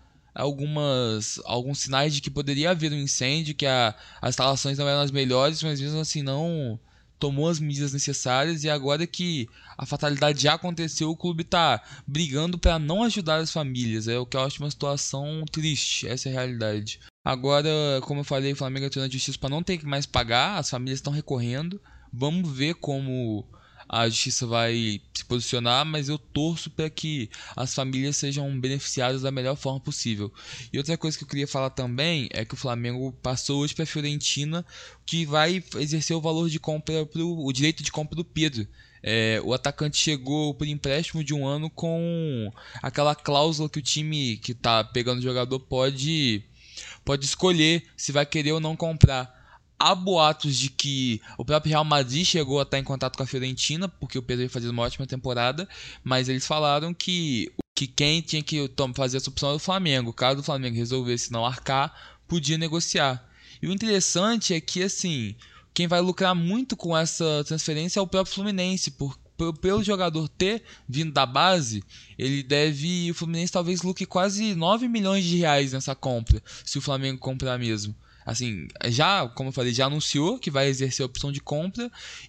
algumas alguns sinais de que poderia haver um incêndio, que a, as instalações não eram as melhores, mas mesmo assim não tomou as medidas necessárias, e agora que a fatalidade já aconteceu, o clube está brigando para não ajudar as famílias. É o que eu acho uma situação triste, essa é a realidade. Agora, como eu falei, o Flamengo entrou na justiça para não ter que mais pagar, as famílias estão recorrendo. Vamos ver como a justiça vai se posicionar, mas eu torço para que as famílias sejam beneficiadas da melhor forma possível. E outra coisa que eu queria falar também é que o Flamengo passou hoje para a Fiorentina, que vai exercer o valor de compra, pro, o direito de compra do Pedro. É, o atacante chegou por empréstimo de um ano com aquela cláusula que o time que está pegando o jogador pode, pode escolher se vai querer ou não comprar. Há boatos de que o próprio Real Madrid chegou a estar em contato com a Fiorentina, porque o Pedro ia fazer uma ótima temporada, mas eles falaram que, que quem tinha que fazer essa opção era o Flamengo. Caso o Flamengo resolvesse não arcar, podia negociar. E o interessante é que, assim, quem vai lucrar muito com essa transferência é o próprio Fluminense, por, por, pelo jogador ter vindo da base, ele deve, o Fluminense talvez lucre quase nove milhões de reais nessa compra, se o Flamengo comprar mesmo. Assim, já, como eu falei, já anunciou que vai exercer a opção de compra,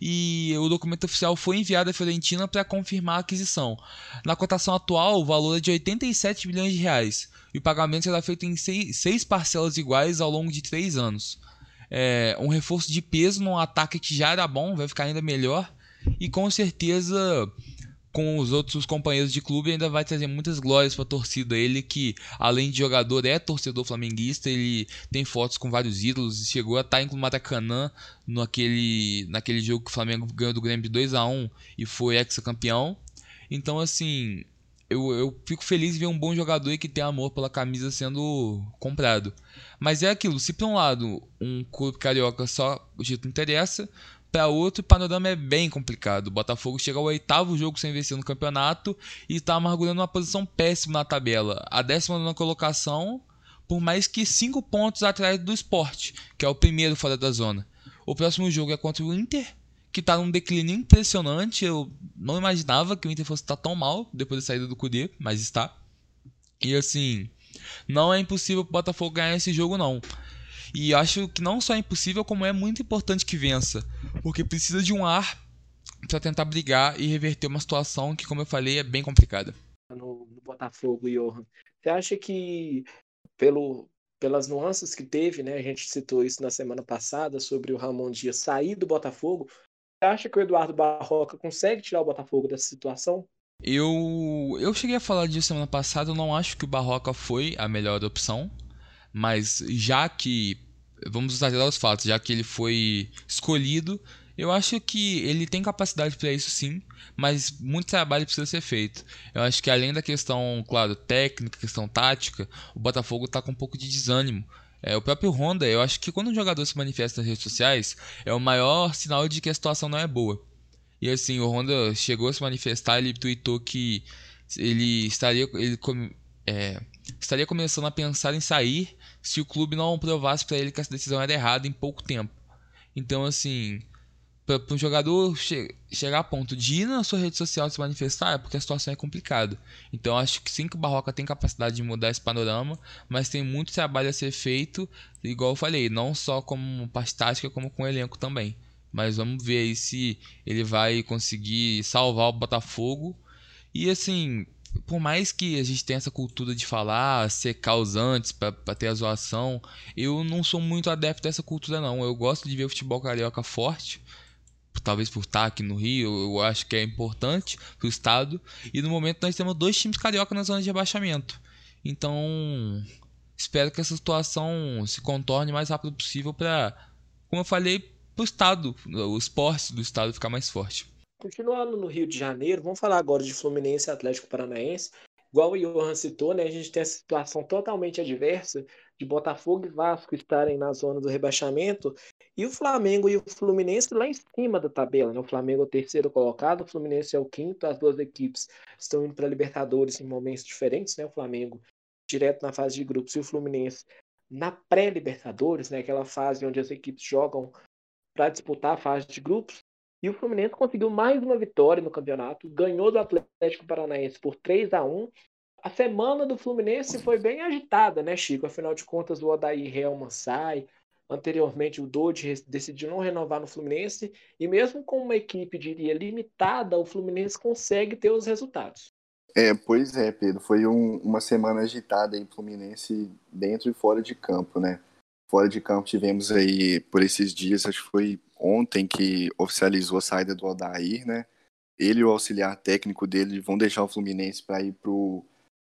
e o documento oficial foi enviado à Fiorentina para confirmar a aquisição. Na cotação atual, o valor é de oitenta e sete milhões de reais, e o pagamento será feito em seis, seis parcelas iguais ao longo de três anos. É um reforço de peso num ataque que já era bom, vai ficar ainda melhor, e com certeza com os outros companheiros de clube ainda vai trazer muitas glórias para a torcida. Ele que, além de jogador, é torcedor flamenguista, ele tem fotos com vários ídolos, chegou a estar no Maracanã naquele, naquele jogo que o Flamengo ganhou do Grêmio de dois a um e foi ex-campeão. Então, assim, eu, eu fico feliz de ver um bom jogador e que tem amor pela camisa sendo comprado. Mas é aquilo, se por um lado um clube carioca só o título interessa, para outro, o panorama é bem complicado. O Botafogo chega ao oitavo jogo sem vencer no campeonato e está amargurando uma posição péssima na tabela. A décima nona colocação, por mais que cinco pontos atrás do Sport, que é o primeiro fora da zona. O próximo jogo é contra o Inter, que está num declínio impressionante. Eu não imaginava que o Inter fosse estar tão mal depois da saída do Cudê, mas está. E assim, não é impossível o Botafogo ganhar esse jogo, não. E acho que não só é impossível, como é muito importante que vença, porque precisa de um ar para tentar brigar e reverter uma situação que, como eu falei, é bem complicada. No, no Botafogo, Johan, você acha que, pelo, pelas nuances que teve, né, a gente citou isso na semana passada, sobre o Ramon Dias sair do Botafogo, você acha que o Eduardo Barroca consegue tirar o Botafogo dessa situação? Eu, eu cheguei a falar disso semana passada, eu não acho que o Barroca foi a melhor opção, mas já que, vamos trazer os fatos, já que ele foi escolhido, eu acho que ele tem capacidade para isso sim, mas muito trabalho precisa ser feito. Eu acho que além da questão, claro, técnica, questão tática, o Botafogo está com um pouco de desânimo. É, o próprio Honda, eu acho que quando um jogador se manifesta nas redes sociais, é o maior sinal de que a situação não é boa. E assim, o Honda chegou a se manifestar, ele tweetou que ele estaria, ele, é, estaria começando a pensar em sair se o clube não provasse para ele que essa decisão era errada em pouco tempo. Então, assim, para um jogador che chegar a ponto de ir na sua rede social se manifestar, é porque a situação é complicada. Então, acho que sim que o Barroca tem capacidade de mudar esse panorama, mas tem muito trabalho a ser feito, igual eu falei, não só como parte tática, como com o elenco também. Mas vamos ver aí se ele vai conseguir salvar o Botafogo. E assim, por mais que a gente tenha essa cultura de falar, secar os antes para ter a zoação, eu não sou muito adepto dessa cultura não. Eu gosto de ver o futebol carioca forte, talvez por estar aqui no Rio, eu acho que é importante para o estado. E no momento nós temos dois times carioca na zona de rebaixamento. Então, espero que essa situação se contorne o mais rápido possível para, como eu falei, para o estado, o esporte do estado ficar mais forte. Continuando no Rio de Janeiro, vamos falar agora de Fluminense e Atlético Paranaense. igual o Johan citou, né, a gente tem essa situação totalmente adversa de Botafogo e Vasco estarem na zona do rebaixamento e o Flamengo e o Fluminense lá em cima da tabela, né? O Flamengo é o terceiro colocado, o Fluminense é o quinto, as duas equipes estão indo para a Libertadores em momentos diferentes, né? O Flamengo direto na fase de grupos e o Fluminense na pré-Libertadores, né? Aquela fase onde as equipes jogam para disputar a fase de grupos. E o Fluminense conseguiu mais uma vitória no campeonato, ganhou do Atlético Paranaense por três a um. A semana do Fluminense foi bem agitada, né, Chico? Afinal de contas, o Odair Helman sai. Anteriormente, o Dodge decidiu não renovar no Fluminense. E mesmo com uma equipe, diria, limitada, o Fluminense consegue ter os resultados. É, pois é, Pedro. Foi um, uma semana agitada aí, Fluminense, dentro e fora de campo, né? Fora de campo tivemos aí, por esses dias, acho que foi ontem que oficializou a saída do Odair, né? Ele e o auxiliar técnico dele vão deixar o Fluminense para ir pro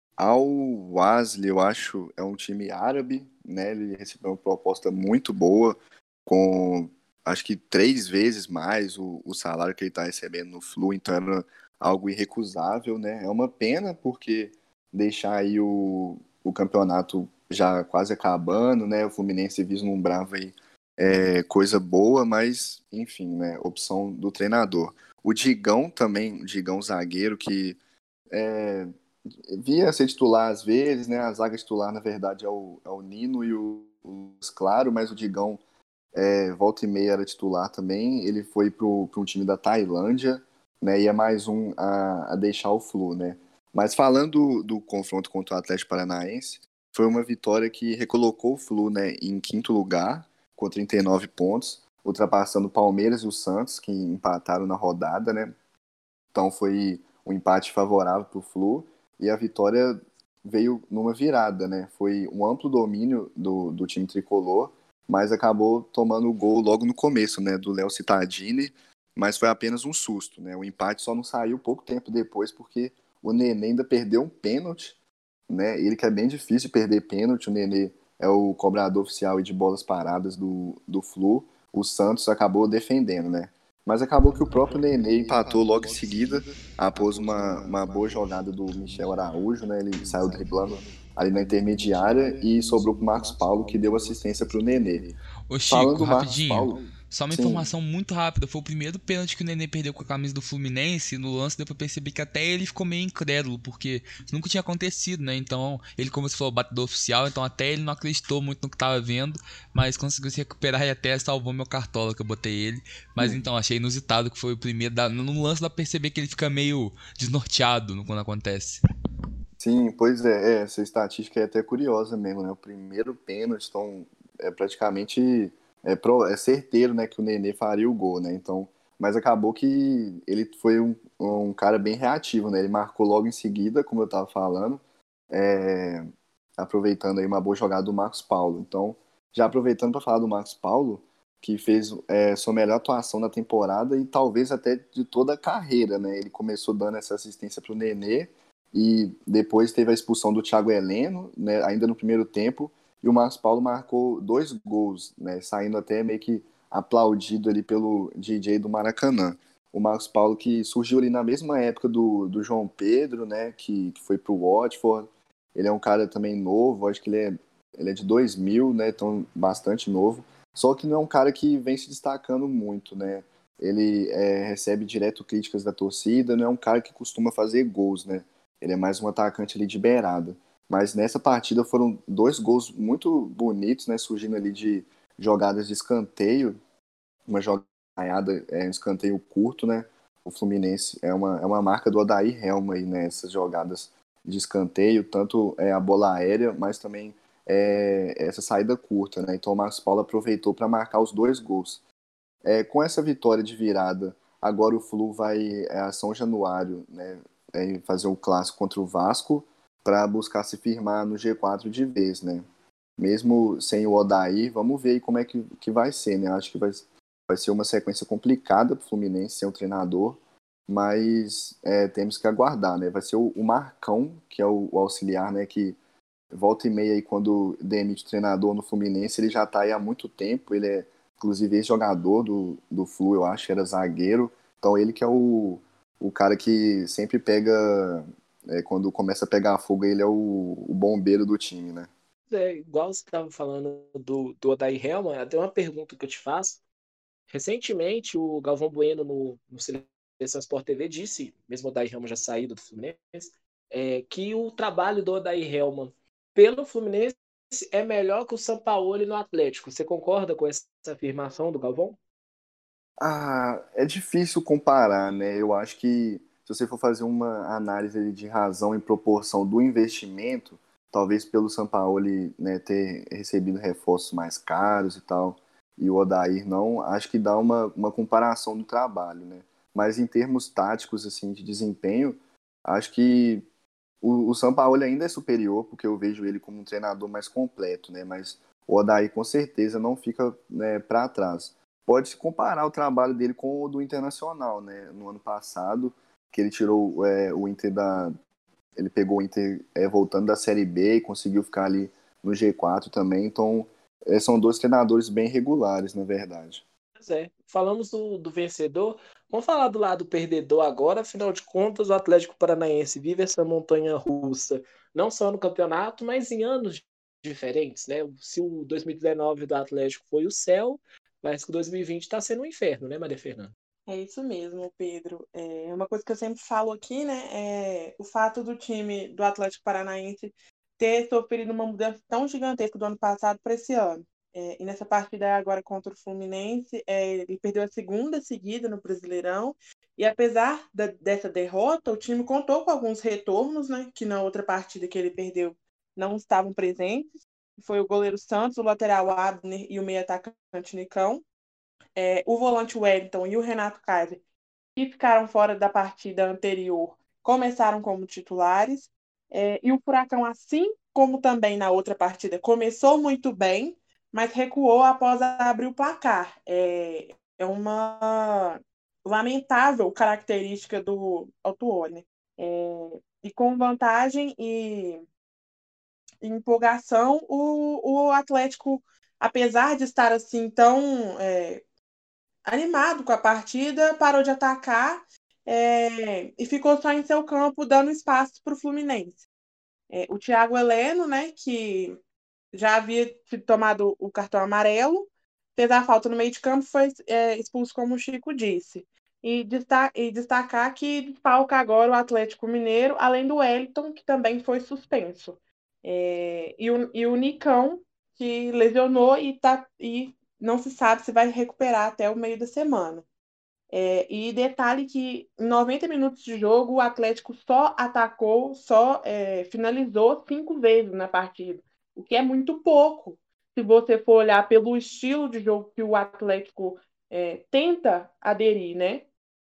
Al-Wasl, eu acho, é um time árabe, né? Ele recebeu uma proposta muito boa, com acho que três vezes mais o, o salário que ele está recebendo no Flu, então era algo irrecusável, né? É uma pena porque deixar aí o, o campeonato já quase acabando, né? O Fluminense vislumbrava aí é, coisa boa, mas enfim, né? Opção do treinador. O Digão também, o Digão zagueiro que é, via ser titular às vezes, né? A zaga titular, na verdade, é o, é o Nino e o, o Claro, mas o Digão é, volta e meia era titular também. Ele foi para um time da Tailândia, né? E é mais um a, a deixar o Flu, né? Mas falando do, do confronto contra o Atlético Paranaense, foi uma vitória que recolocou o Flu, né, em quinto lugar, com trinta e nove pontos, ultrapassando o Palmeiras e o Santos, que empataram na rodada, né? Então foi um empate favorável para o Flu e a vitória veio numa virada, né? Foi um amplo domínio do, do time tricolor, mas acabou tomando o gol logo no começo, né? Do Léo Cittadini, mas foi apenas um susto, né? O empate só não saiu pouco tempo depois porque o Nenê ainda perdeu um pênalti, né? Ele que é bem difícil de perder pênalti, o Nenê é o cobrador oficial de bolas paradas do, do Flu, o Santos acabou defendendo, né? Mas acabou que o próprio Nenê empatou logo em seguida, após uma, uma boa jogada do Michel Araújo, né? Ele saiu driblando ali na intermediária e sobrou para o Marcos Paulo, que deu assistência para o Nenê. Ô Chico, Falando do Marcos rapidinho, Paulo, só uma sim. informação muito rápida. Foi o primeiro pênalti que o Nenê perdeu com a camisa do Fluminense. No lance deu pra perceber que até ele ficou meio incrédulo, porque nunca tinha acontecido, né? Então, ele, como você falou, batedor oficial, então até ele não acreditou muito no que tava vendo, mas conseguiu se recuperar e até salvou meu cartola, que eu botei ele. Mas Hum. então, achei inusitado que foi o primeiro. Da... No lance dá pra perceber que ele fica meio desnorteado quando acontece. Sim, pois é, é, essa estatística é até curiosa mesmo, né? O primeiro pênalti, então é praticamente é, pro, é certeiro, né, que o Nenê faria o gol, né? Então, mas acabou que ele foi um, um cara bem reativo, né? Ele marcou logo em seguida, como eu estava falando, é, aproveitando aí uma boa jogada do Marcos Paulo. Então, já aproveitando para falar do Marcos Paulo, que fez é, sua melhor atuação da temporada e talvez até de toda a carreira, né? Ele começou dando essa assistência para o Nenê e depois teve a expulsão do Thiago Heleno, né, ainda no primeiro tempo, e o Marcos Paulo marcou dois gols, né, saindo até meio que aplaudido ali pelo D J do Maracanã. O Marcos Paulo que surgiu ali na mesma época do, do João Pedro, né, que, que foi pro Watford. Ele é um cara também novo, acho que ele é, ele é de dois mil, né, então bastante novo. Só que não é um cara que vem se destacando muito, né. Ele é, recebe direto críticas da torcida, não é um cara que costuma fazer gols, né. Ele é mais um atacante ali de beirada. Mas nessa partida foram dois gols muito bonitos, né? Surgindo ali de jogadas de escanteio. Uma jogada, é, um escanteio curto, né? O Fluminense é uma, é uma marca do Odair Helma aí, né? Essas jogadas de escanteio, tanto é, a bola aérea, mas também é, essa saída curta, né? Então o Marcos Paulo aproveitou para marcar os dois gols. É, com essa vitória de virada, agora o Flu vai é, a São Januário, né? É, fazer o clássico contra o Vasco para buscar se firmar no G quatro de vez, né? Mesmo sem o Odair, vamos ver aí como é que, que vai ser, né? Acho que vai, vai ser uma sequência complicada para o Fluminense sem o treinador, mas é, temos que aguardar, né? Vai ser o, o Marcão, que é o, o auxiliar, né? Que volta e meia aí quando demite o treinador no Fluminense, ele já está aí há muito tempo, ele é inclusive ex-jogador do, do Flu, eu acho, era zagueiro, então ele que é o o cara que sempre pega É, quando começa a pegar fogo, ele é o, o bombeiro do time, né? É, igual você estava falando do, do Odair Helman, até uma pergunta que eu te faço. Recentemente, o Galvão Bueno, no, no Seleção Sport T V, disse, mesmo o Odair Helman já saído do Fluminense, é, que o trabalho do Odair Helman pelo Fluminense é melhor que o Sampaoli no Atlético. Você concorda com essa afirmação do Galvão? Ah, é difícil comparar, né? Eu acho que se você for fazer uma análise de razão em proporção do investimento, talvez pelo Sampaoli, né, ter recebido reforços mais caros e tal, e o Odair não, acho que dá uma, uma comparação do trabalho, né? Mas em termos táticos, assim, de desempenho, acho que o, o Sampaoli ainda é superior, porque eu vejo ele como um treinador mais completo, né? Mas o Odair com certeza não fica, né, para trás. Pode-se comparar o trabalho dele com o do Internacional, né? No ano passado, que ele tirou é, o Inter da... Ele pegou o Inter é, voltando da Série B e conseguiu ficar ali no G quatro também. Então, é, são dois treinadores bem regulares, na verdade. Pois é. Falamos do, do vencedor. Vamos falar do lado perdedor agora. Afinal de contas, o Atlético Paranaense vive essa montanha russa, não só no campeonato, mas em anos diferentes, né? Se o dois mil e dezenove do Atlético foi o céu, parece que o dois mil e vinte está sendo um inferno, né, Maria Fernanda? É isso mesmo, Pedro. É uma coisa que eu sempre falo aqui, né? É o fato do time do Atlético Paranaense ter sofrido uma mudança tão gigantesca do ano passado para esse ano. É, e nessa partida agora contra o Fluminense, é, ele perdeu a segunda seguida no Brasileirão. E apesar da, dessa derrota, o time contou com alguns retornos, né? Que na outra partida que ele perdeu não estavam presentes. Foi o goleiro Santos, o lateral Abner e o meio-atacante Nicão. É, o volante Wellington e o Renato Kaiser, que ficaram fora da partida anterior, começaram como titulares. É, e o Furacão, assim como também na outra partida, começou muito bem, mas recuou após abrir o placar. É, é uma lamentável característica do Autuori. É, e com vantagem e empolgação, o, o Atlético, apesar de estar assim tão é, animado com a partida, parou de atacar é, e ficou só em seu campo, dando espaço para o Fluminense. É, o Thiago Heleno, né, que já havia tomado o cartão amarelo, fez a falta no meio de campo, foi é, expulso, como o Chico disse. E, desta e destacar que desfalca agora o Atlético Mineiro, além do Wellington, que também foi suspenso. É, e, o, e o Nicão, que lesionou e, tá, e não se sabe se vai recuperar até o meio da semana. É, e detalhe que em noventa minutos de jogo o Atlético só atacou, só é, finalizou cinco vezes na partida, o que é muito pouco. Se você for olhar pelo estilo de jogo que o Atlético é, tenta aderir, né?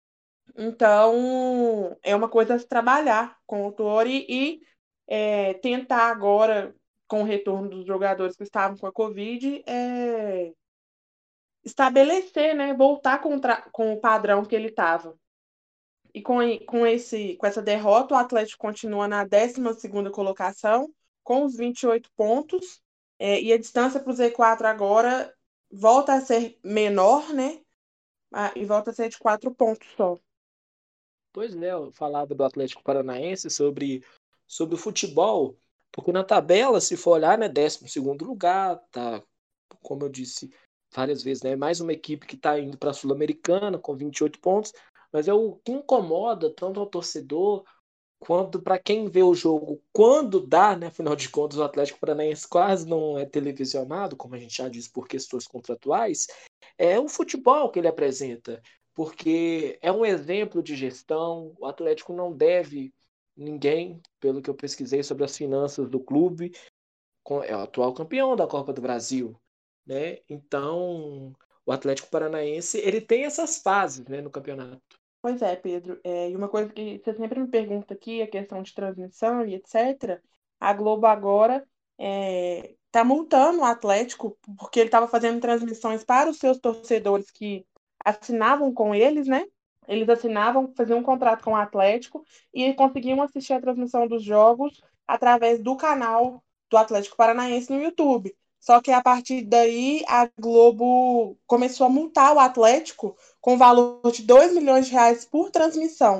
Então, é uma coisa a se trabalhar com o Tori e é, tentar agora, com o retorno dos jogadores que estavam com a Covid, é, estabelecer, né? Voltar com, com o padrão que ele estava. E com, com, esse, com essa derrota, o Atlético continua na décima segunda colocação, com os vinte e oito pontos, é, e a distância para o Z quatro agora volta a ser menor, né? Ah, e volta a ser de quatro pontos só. Pois é, eu falava do Atlético Paranaense sobre, sobre o futebol, porque na tabela, se for olhar, né, décimo segundo lugar, tá, como eu disse várias vezes, né, mais uma equipe que está indo para a Sul-Americana com vinte e oito pontos, mas é o que incomoda tanto ao torcedor quanto para quem vê o jogo quando dá, né, afinal de contas o Atlético Paranaense quase não é televisionado, como a gente já disse, por questões contratuais, é o futebol que ele apresenta, porque é um exemplo de gestão. O Atlético não deve ninguém, pelo que eu pesquisei sobre as finanças do clube, é o atual campeão da Copa do Brasil, né? Então, o Atlético Paranaense, ele tem essas fases, né, no campeonato. Pois é, Pedro. É, e uma coisa que você sempre me pergunta aqui, a questão de transmissão e etcétera. A Globo agora é, tá multando o Atlético porque ele estava fazendo transmissões para os seus torcedores que assinavam com eles, né? Eles assinavam, faziam um contrato com o Atlético e conseguiam assistir a transmissão dos jogos através do canal do Atlético Paranaense no YouTube. Só que a partir daí a Globo começou a multar o Atlético com valor de dois milhões de reais por transmissão.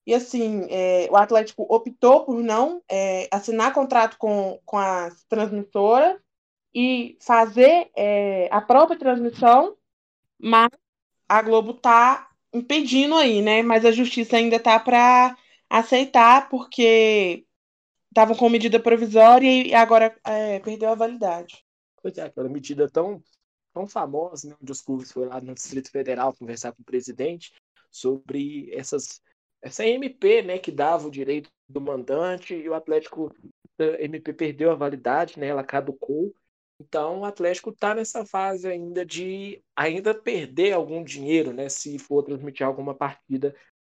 E assim, é, o Atlético optou por não é, assinar contrato com, com as transmissoras e fazer é, a própria transmissão, mas a Globo está impedindo aí, né? Mas a justiça ainda está para aceitar, porque estavam com medida provisória e agora é, perdeu a validade. Pois é, aquela medida tão, tão famosa, né? Onde os clubes foram lá no Distrito Federal conversar com o presidente sobre essas, essa M P, né? Que dava o direito do mandante e o Atlético, a M P perdeu a validade, né? Ela caducou. Então o Atlético está nessa fase ainda de ainda perder algum dinheiro, né? Se for transmitir alguma partida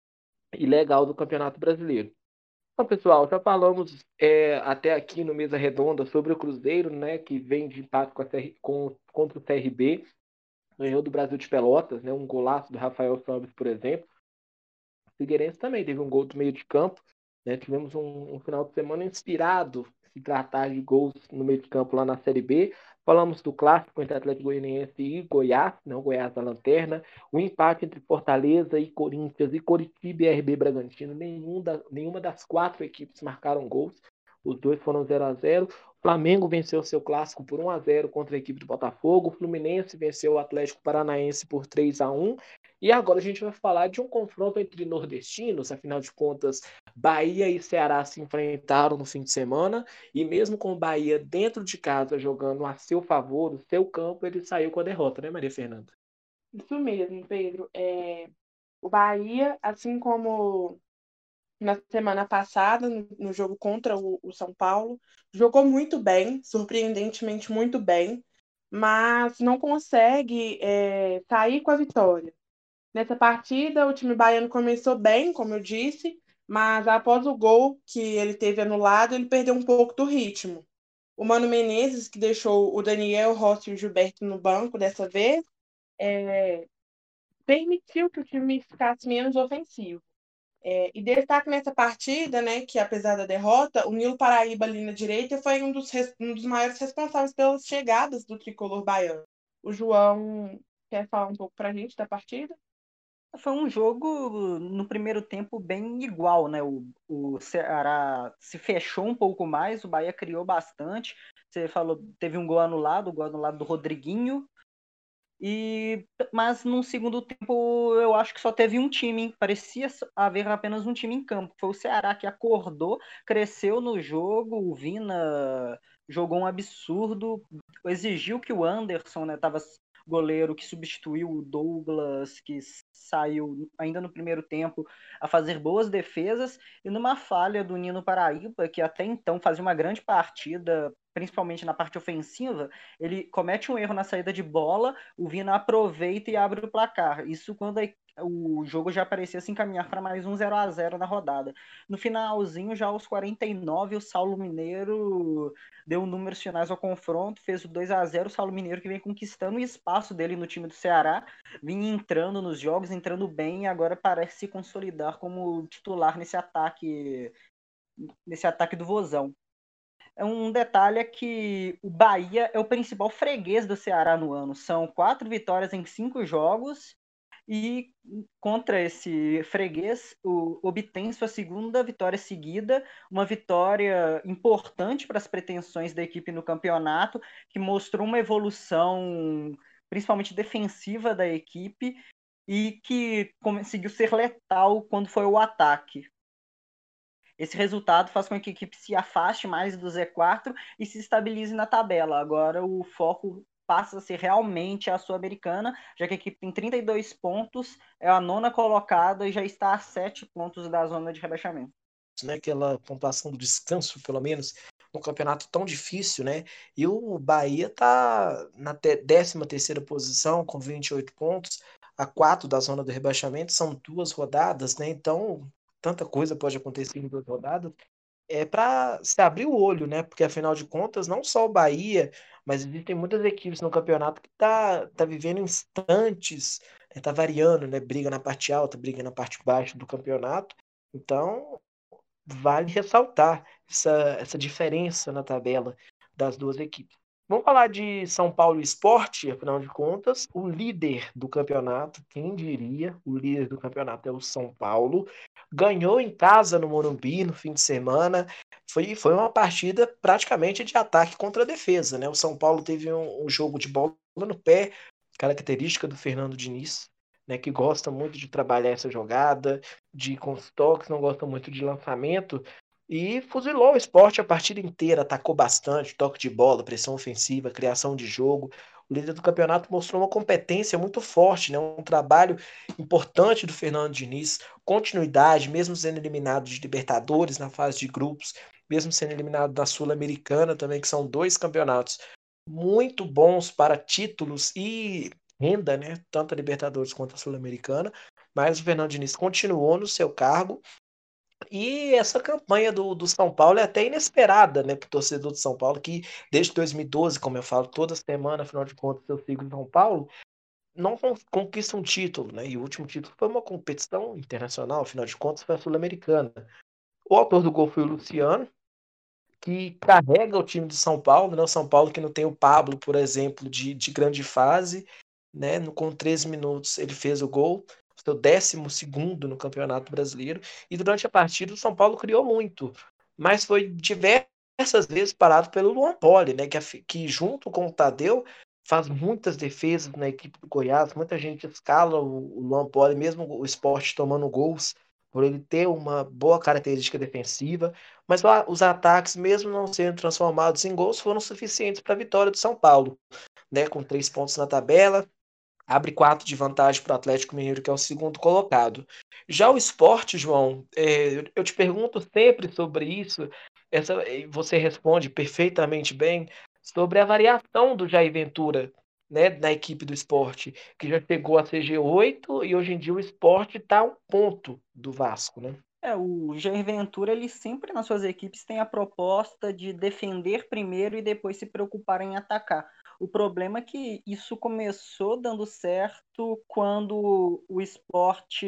ilegal do Campeonato Brasileiro. Então, pessoal, já falamos é, até aqui no Mesa Redonda sobre o Cruzeiro, né, que vem de empate com a C R, com, contra o C R B, ganhou do Brasil de Pelotas, né, um golaço do Rafael Sobis, por exemplo. O Figueirense também teve um gol do meio de campo, né, tivemos um, um final de semana inspirado se tratar de gols no meio de campo lá na Série B. Falamos do clássico entre Atlético Goianiense e Goiás, não Goiás da Lanterna, o empate entre Fortaleza e Corinthians e Coritiba e R B Bragantino. Nenhum da, nenhuma das quatro equipes marcaram gols, os dois foram zero a zero. O Flamengo venceu seu clássico por um a zero contra a equipe do Botafogo, o Fluminense venceu o Atlético Paranaense por três a um. E agora a gente vai falar de um confronto entre nordestinos, afinal de contas, Bahia e Ceará se enfrentaram no fim de semana, e mesmo com o Bahia dentro de casa jogando a seu favor, o seu campo, ele saiu com a derrota, né, Maria Fernanda? Isso mesmo, Pedro. É, o Bahia, assim como na semana passada, no, no jogo contra o, o São Paulo, jogou muito bem, surpreendentemente muito bem, mas não consegue é, sair com a vitória. Nessa partida, o time baiano começou bem, como eu disse, mas após o gol que ele teve anulado, ele perdeu um pouco do ritmo. O Mano Menezes, que deixou o Daniel, Rossi e o Gilberto no banco dessa vez, é, permitiu que o time ficasse menos ofensivo. É, e destaque nessa partida, né, que apesar da derrota, o Nilo Paraíba ali na direita foi um dos, um dos maiores responsáveis pelas chegadas do tricolor baiano. O João quer falar um pouco para a gente da partida? Foi um jogo no primeiro tempo bem igual, né? O, o Ceará se fechou um pouco mais, o Bahia criou bastante. Você falou, teve um gol anulado, o gol anulado do Rodriguinho. E, mas no segundo tempo eu acho que só teve um time, parecia haver apenas um time em campo. Foi o Ceará que acordou, cresceu no jogo, o Vina jogou um absurdo, exigiu que o Anderson, né, tava goleiro que substituiu o Douglas, que saiu ainda no primeiro tempo a fazer boas defesas, e numa falha do Nino Paraíba, que até então fazia uma grande partida, principalmente na parte ofensiva, ele comete um erro na saída de bola, o Vina aproveita e abre o placar. Isso quando a, o jogo já parecia se encaminhar para mais um zero a zero na rodada. No finalzinho, já aos quarenta e nove, o Saulo Mineiro deu números finais ao confronto, fez o dois a zero, o Saulo Mineiro que vem conquistando o espaço dele no time do Ceará, vinha entrando nos jogos, entrando bem, e agora parece se consolidar como titular nesse ataque, nesse ataque do Vozão. Um detalhe é que o Bahia é o principal freguês do Ceará no ano. São quatro vitórias em cinco jogos e contra esse freguês o, obtém sua segunda vitória seguida, uma vitória importante para as pretensões da equipe no campeonato, que mostrou uma evolução principalmente defensiva da equipe e que conseguiu ser letal quando foi o ataque. Esse resultado faz com que a equipe se afaste mais do Z quatro e se estabilize na tabela. Agora o foco passa a ser realmente a Sul-Americana, já que a equipe tem trinta e dois pontos, é a nona colocada e já está a sete pontos da zona de rebaixamento. Né, aquela pontuação do descanso, pelo menos, num campeonato tão difícil, né? E o Bahia está na décima terceira posição, com vinte e oito pontos, a quatro da zona do rebaixamento, são duas rodadas, né? Então, tanta coisa pode acontecer em duas rodadas. É para se abrir o olho, né? Porque afinal de contas, não só o Bahia, mas existem muitas equipes no campeonato que tá, tá vivendo instantes, né? Tá variando, né? Briga na parte alta, briga na parte baixa do campeonato. Então, vale ressaltar essa, essa diferença na tabela das duas equipes. Vamos falar de São Paulo Sport, afinal de contas, o líder do campeonato, quem diria, o líder do campeonato é o São Paulo, ganhou em casa no Morumbi no fim de semana. Foi, foi uma partida praticamente de ataque contra a defesa, né? O São Paulo teve um, um jogo de bola no pé, característica do Fernando Diniz, né? Que gosta muito de trabalhar essa jogada, de ir com os toques, não gosta muito de lançamento. E fuzilou o Sport a partida inteira, atacou bastante, toque de bola, pressão ofensiva, criação de jogo. O líder do campeonato mostrou uma competência muito forte, né? Um trabalho importante do Fernando Diniz, continuidade, mesmo sendo eliminado de Libertadores na fase de grupos, mesmo sendo eliminado da Sul-Americana também, que são dois campeonatos muito bons para títulos e renda, né? Tanto a Libertadores quanto a Sul-Americana. Mas o Fernando Diniz continuou no seu cargo. E essa campanha do, do São Paulo é até inesperada, né, para o torcedor de São Paulo, que desde dois mil e doze, como eu falo, toda semana, afinal de contas, eu sigo o São Paulo, não conquista um título, né? E o último título foi uma competição internacional, afinal de contas, foi a Sul-Americana. O autor do gol foi o Luciano, que carrega o time de São Paulo, né? O São Paulo que não tem o Pablo, por exemplo, de, de grande fase, né? Com treze minutos ele fez o gol, seu décimo segundo no Campeonato Brasileiro, e durante a partida o São Paulo criou muito, mas foi diversas vezes parado pelo Luan Poli, né? Que, que junto com o Tadeu faz muitas defesas na equipe do Goiás, muita gente escala o, o Luan Poli, mesmo o Sport tomando gols, por ele ter uma boa característica defensiva, mas lá, os ataques, mesmo não sendo transformados em gols, foram suficientes para a vitória do São Paulo, né? Com três pontos na tabela, abre quatro de vantagem para o Atlético Mineiro, que é o segundo colocado. Já o Sport, João, é, eu te pergunto sempre sobre isso, essa, você responde perfeitamente bem, sobre a variação do Jair Ventura, né, na equipe do Sport, que já chegou a ser G oito e hoje em dia o Sport está a um ponto do Vasco, né? É, o Jair Ventura, ele sempre nas suas equipes tem a proposta de defender primeiro e depois se preocupar em atacar. O problema é que isso começou dando certo quando o Sport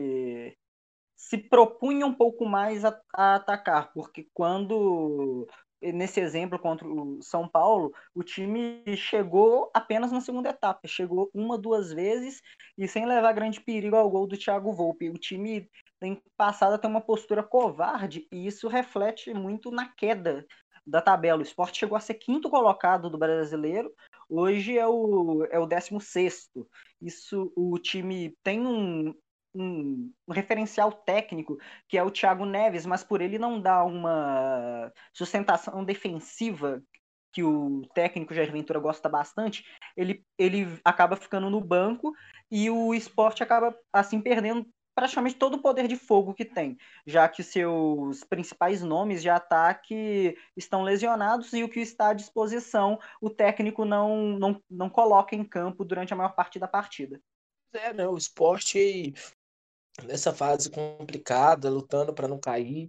se propunha um pouco mais a, a atacar, porque quando, nesse exemplo contra o São Paulo, o time chegou apenas na segunda etapa, chegou uma, duas vezes e sem levar grande perigo ao gol do Thiago Volpe. O time tem passado a ter uma postura covarde e isso reflete muito na queda da tabela. O Sport chegou a ser quinto colocado do brasileiro, hoje é o, é o décimo sexto. Isso, o time tem um, um, um referencial técnico que é o Thiago Neves, mas por ele não dar uma sustentação defensiva que o técnico Jair Ventura gosta bastante, ele, ele acaba ficando no banco e o Sport acaba assim perdendo praticamente todo o poder de fogo que tem, já que seus principais nomes de ataque estão lesionados e o que está à disposição o técnico não, não, não coloca em campo durante a maior parte da partida. É, né? O Sport nessa fase complicada, lutando para não cair,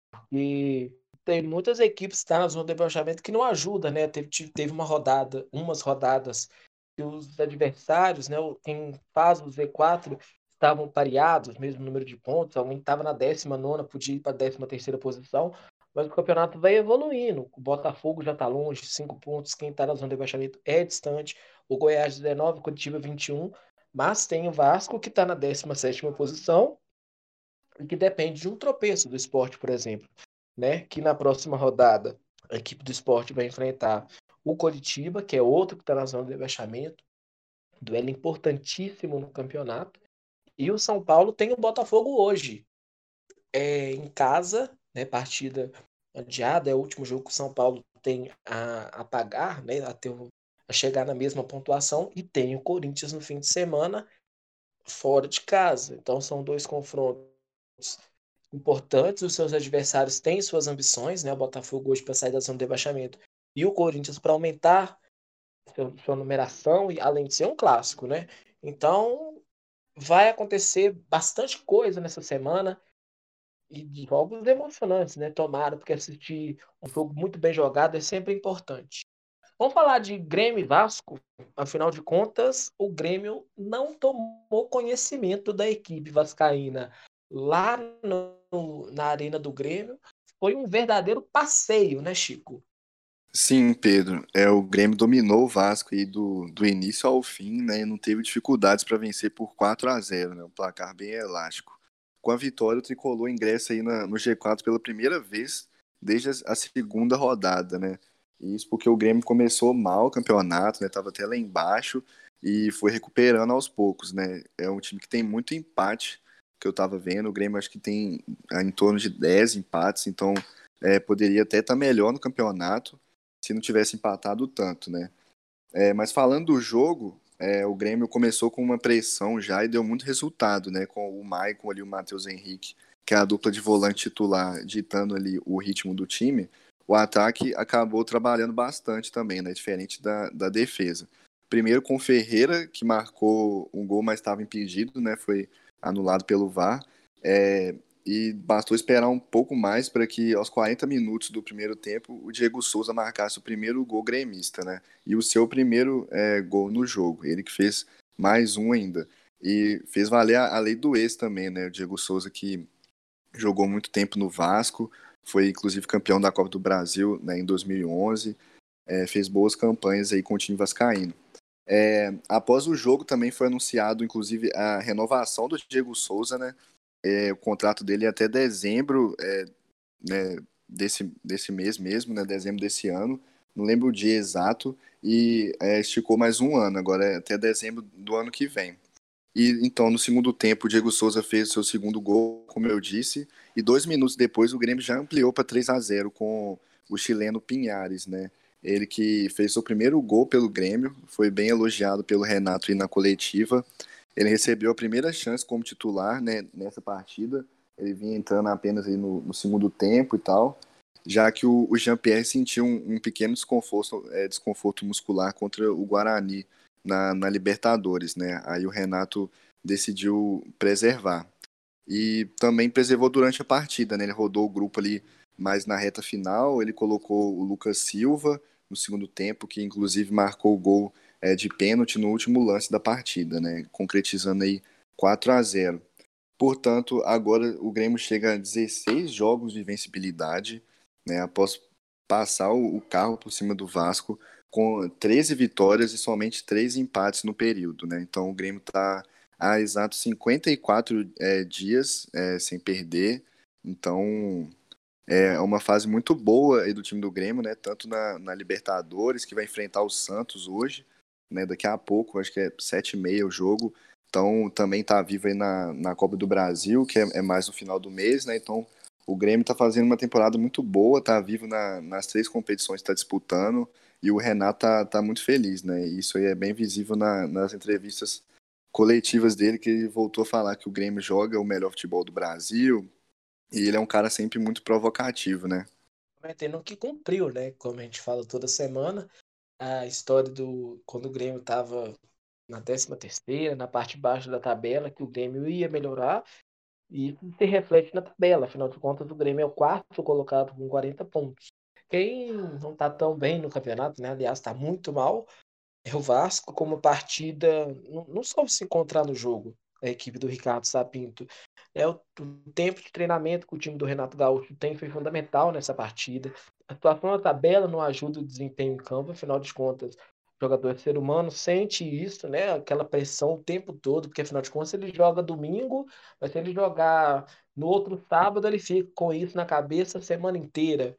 e tem muitas equipes que estão na zona de rebaixamento que não ajudam, né? Teve, teve uma rodada, umas rodadas que os adversários, né? Quem faz o Z quatro estavam pareados, mesmo número de pontos, alguém estava na décima nona, podia ir para a décima terceira posição, mas o campeonato vai evoluindo. O Botafogo já está longe, cinco pontos, quem está na zona de rebaixamento é distante, o Goiás dezenove, Curitiba vinte e um, mas tem o Vasco que está na décima sétima posição e que depende de um tropeço do Sport, por exemplo, né? Que na próxima rodada a equipe do Sport vai enfrentar o Coritiba, que é outro que está na zona de rebaixamento, duelo importantíssimo no campeonato, e o São Paulo tem o Botafogo hoje, é, em casa, né? Partida adiada, é o último jogo que o São Paulo tem a, a pagar, né? A, ter, a chegar na mesma pontuação, e tem o Corinthians no fim de semana fora de casa. Então são dois confrontos importantes, os seus adversários têm suas ambições, né? O Botafogo hoje para sair da zona de rebaixamento e o Corinthians para aumentar sua, sua numeração, e além de ser um clássico, né? Então vai acontecer bastante coisa nessa semana e de jogos emocionantes, né? Tomara, porque assistir um jogo muito bem jogado é sempre importante. Vamos falar de Grêmio e Vasco. Afinal de contas, o Grêmio não tomou conhecimento da equipe vascaína lá no, na arena do Grêmio. Foi um verdadeiro passeio, né, Chico? Sim, Pedro. É, o Grêmio dominou o Vasco aí do, do início ao fim, né? E não teve dificuldades para vencer por quatro a zero, né? Um placar bem elástico. Com a vitória, o Tricolor ingressa aí na, no G quatro pela primeira vez desde a, a segunda rodada, né? Isso porque o Grêmio começou mal o campeonato, né? Tava até lá embaixo e foi recuperando aos poucos, né? É um time que tem muito empate, que eu tava vendo. O Grêmio acho que tem ah, em torno de dez empates, então é, poderia até estar melhor no campeonato se não tivesse empatado tanto, né? É, mas falando do jogo, é, o Grêmio começou com uma pressão já e deu muito resultado, né? Com o Maicon ali, o Matheus Henrique, que é a dupla de volante titular, ditando ali o ritmo do time. O ataque acabou trabalhando bastante também, né? Diferente da, da defesa. Primeiro com o Ferreira, que marcou um gol, mas estava impedido, né? Foi anulado pelo V A R. É, e bastou esperar um pouco mais para que, aos quarenta minutos do primeiro tempo, o Diego Souza marcasse o primeiro gol gremista, né? E o seu primeiro é, gol no jogo. Ele que fez mais um ainda. E fez valer a, a lei do ex também, né? O Diego Souza que jogou muito tempo no Vasco, foi inclusive campeão da Copa do Brasil, né, em dois mil e onze, é, fez boas campanhas aí com o time vascaíno. É, após o jogo também foi anunciado, inclusive, a renovação do Diego Souza, né? É, o contrato dele é até dezembro é, né, desse, desse mês mesmo, né, dezembro desse ano, não lembro o dia exato, e é, esticou mais um ano, agora é até dezembro do ano que vem. E então, no segundo tempo, o Diego Souza fez o seu segundo gol, como eu disse, e dois minutos depois o Grêmio já ampliou para três a zero com o chileno Pinhares, né? Ele que fez seu primeiro gol pelo Grêmio, foi bem elogiado pelo Renato aí na coletiva. Ele recebeu a primeira chance como titular, né, nessa partida. Ele vinha entrando apenas aí no, no segundo tempo e tal, já que o, o Jean-Pierre sentiu um, um pequeno desconforto, é, desconforto muscular contra o Guarani na, na Libertadores, né? Aí o Renato decidiu preservar. E também preservou durante a partida, né? Ele rodou o grupo ali mais na reta final, ele colocou o Lucas Silva no segundo tempo, que inclusive marcou o gol é, de pênalti no último lance da partida, né? Concretizando aí quatro a zero. Portanto, agora o Grêmio chega a dezesseis jogos de invencibilidade, né? Após passar o carro por cima do Vasco, com treze vitórias e somente três empates no período, né? Então o Grêmio está há exatos cinquenta e quatro é, dias é, sem perder. Então é uma fase muito boa aí do time do Grêmio, né? Tanto na, na Libertadores, que vai enfrentar o Santos hoje, né? Daqui a pouco, acho que é sete e meia o jogo. Então também está vivo aí na, na Copa do Brasil, que é, é mais no final do mês, né? Então o Grêmio está fazendo uma temporada muito boa, está vivo na, nas três competições que está disputando. E o Renato tá, tá muito feliz, né? E isso aí é bem visível na, nas entrevistas coletivas dele, que ele voltou a falar que o Grêmio joga o melhor futebol do Brasil. E ele é um cara sempre muito provocativo, né? Prometendo que cumpriu, né? Como a gente fala toda semana, a história do quando o Grêmio estava na décima terceira, na parte de baixo da tabela, que o Grêmio ia melhorar, e isso se reflete na tabela. Afinal de contas, o Grêmio é o quarto colocado com quarenta pontos. Quem não está tão bem no campeonato, né? Aliás, está muito mal, é o Vasco, como partida, não, não soube se encontrar no jogo, a equipe do Ricardo Sapinto. É o, o tempo de treinamento que o time do Renato Gaúcho tem foi fundamental nessa partida. A situação da tabela não ajuda o desempenho em campo, afinal de contas, o jogador é ser humano, sente isso, né? Aquela pressão o tempo todo, porque afinal de contas ele joga domingo, mas se ele jogar no outro sábado, ele fica com isso na cabeça a semana inteira,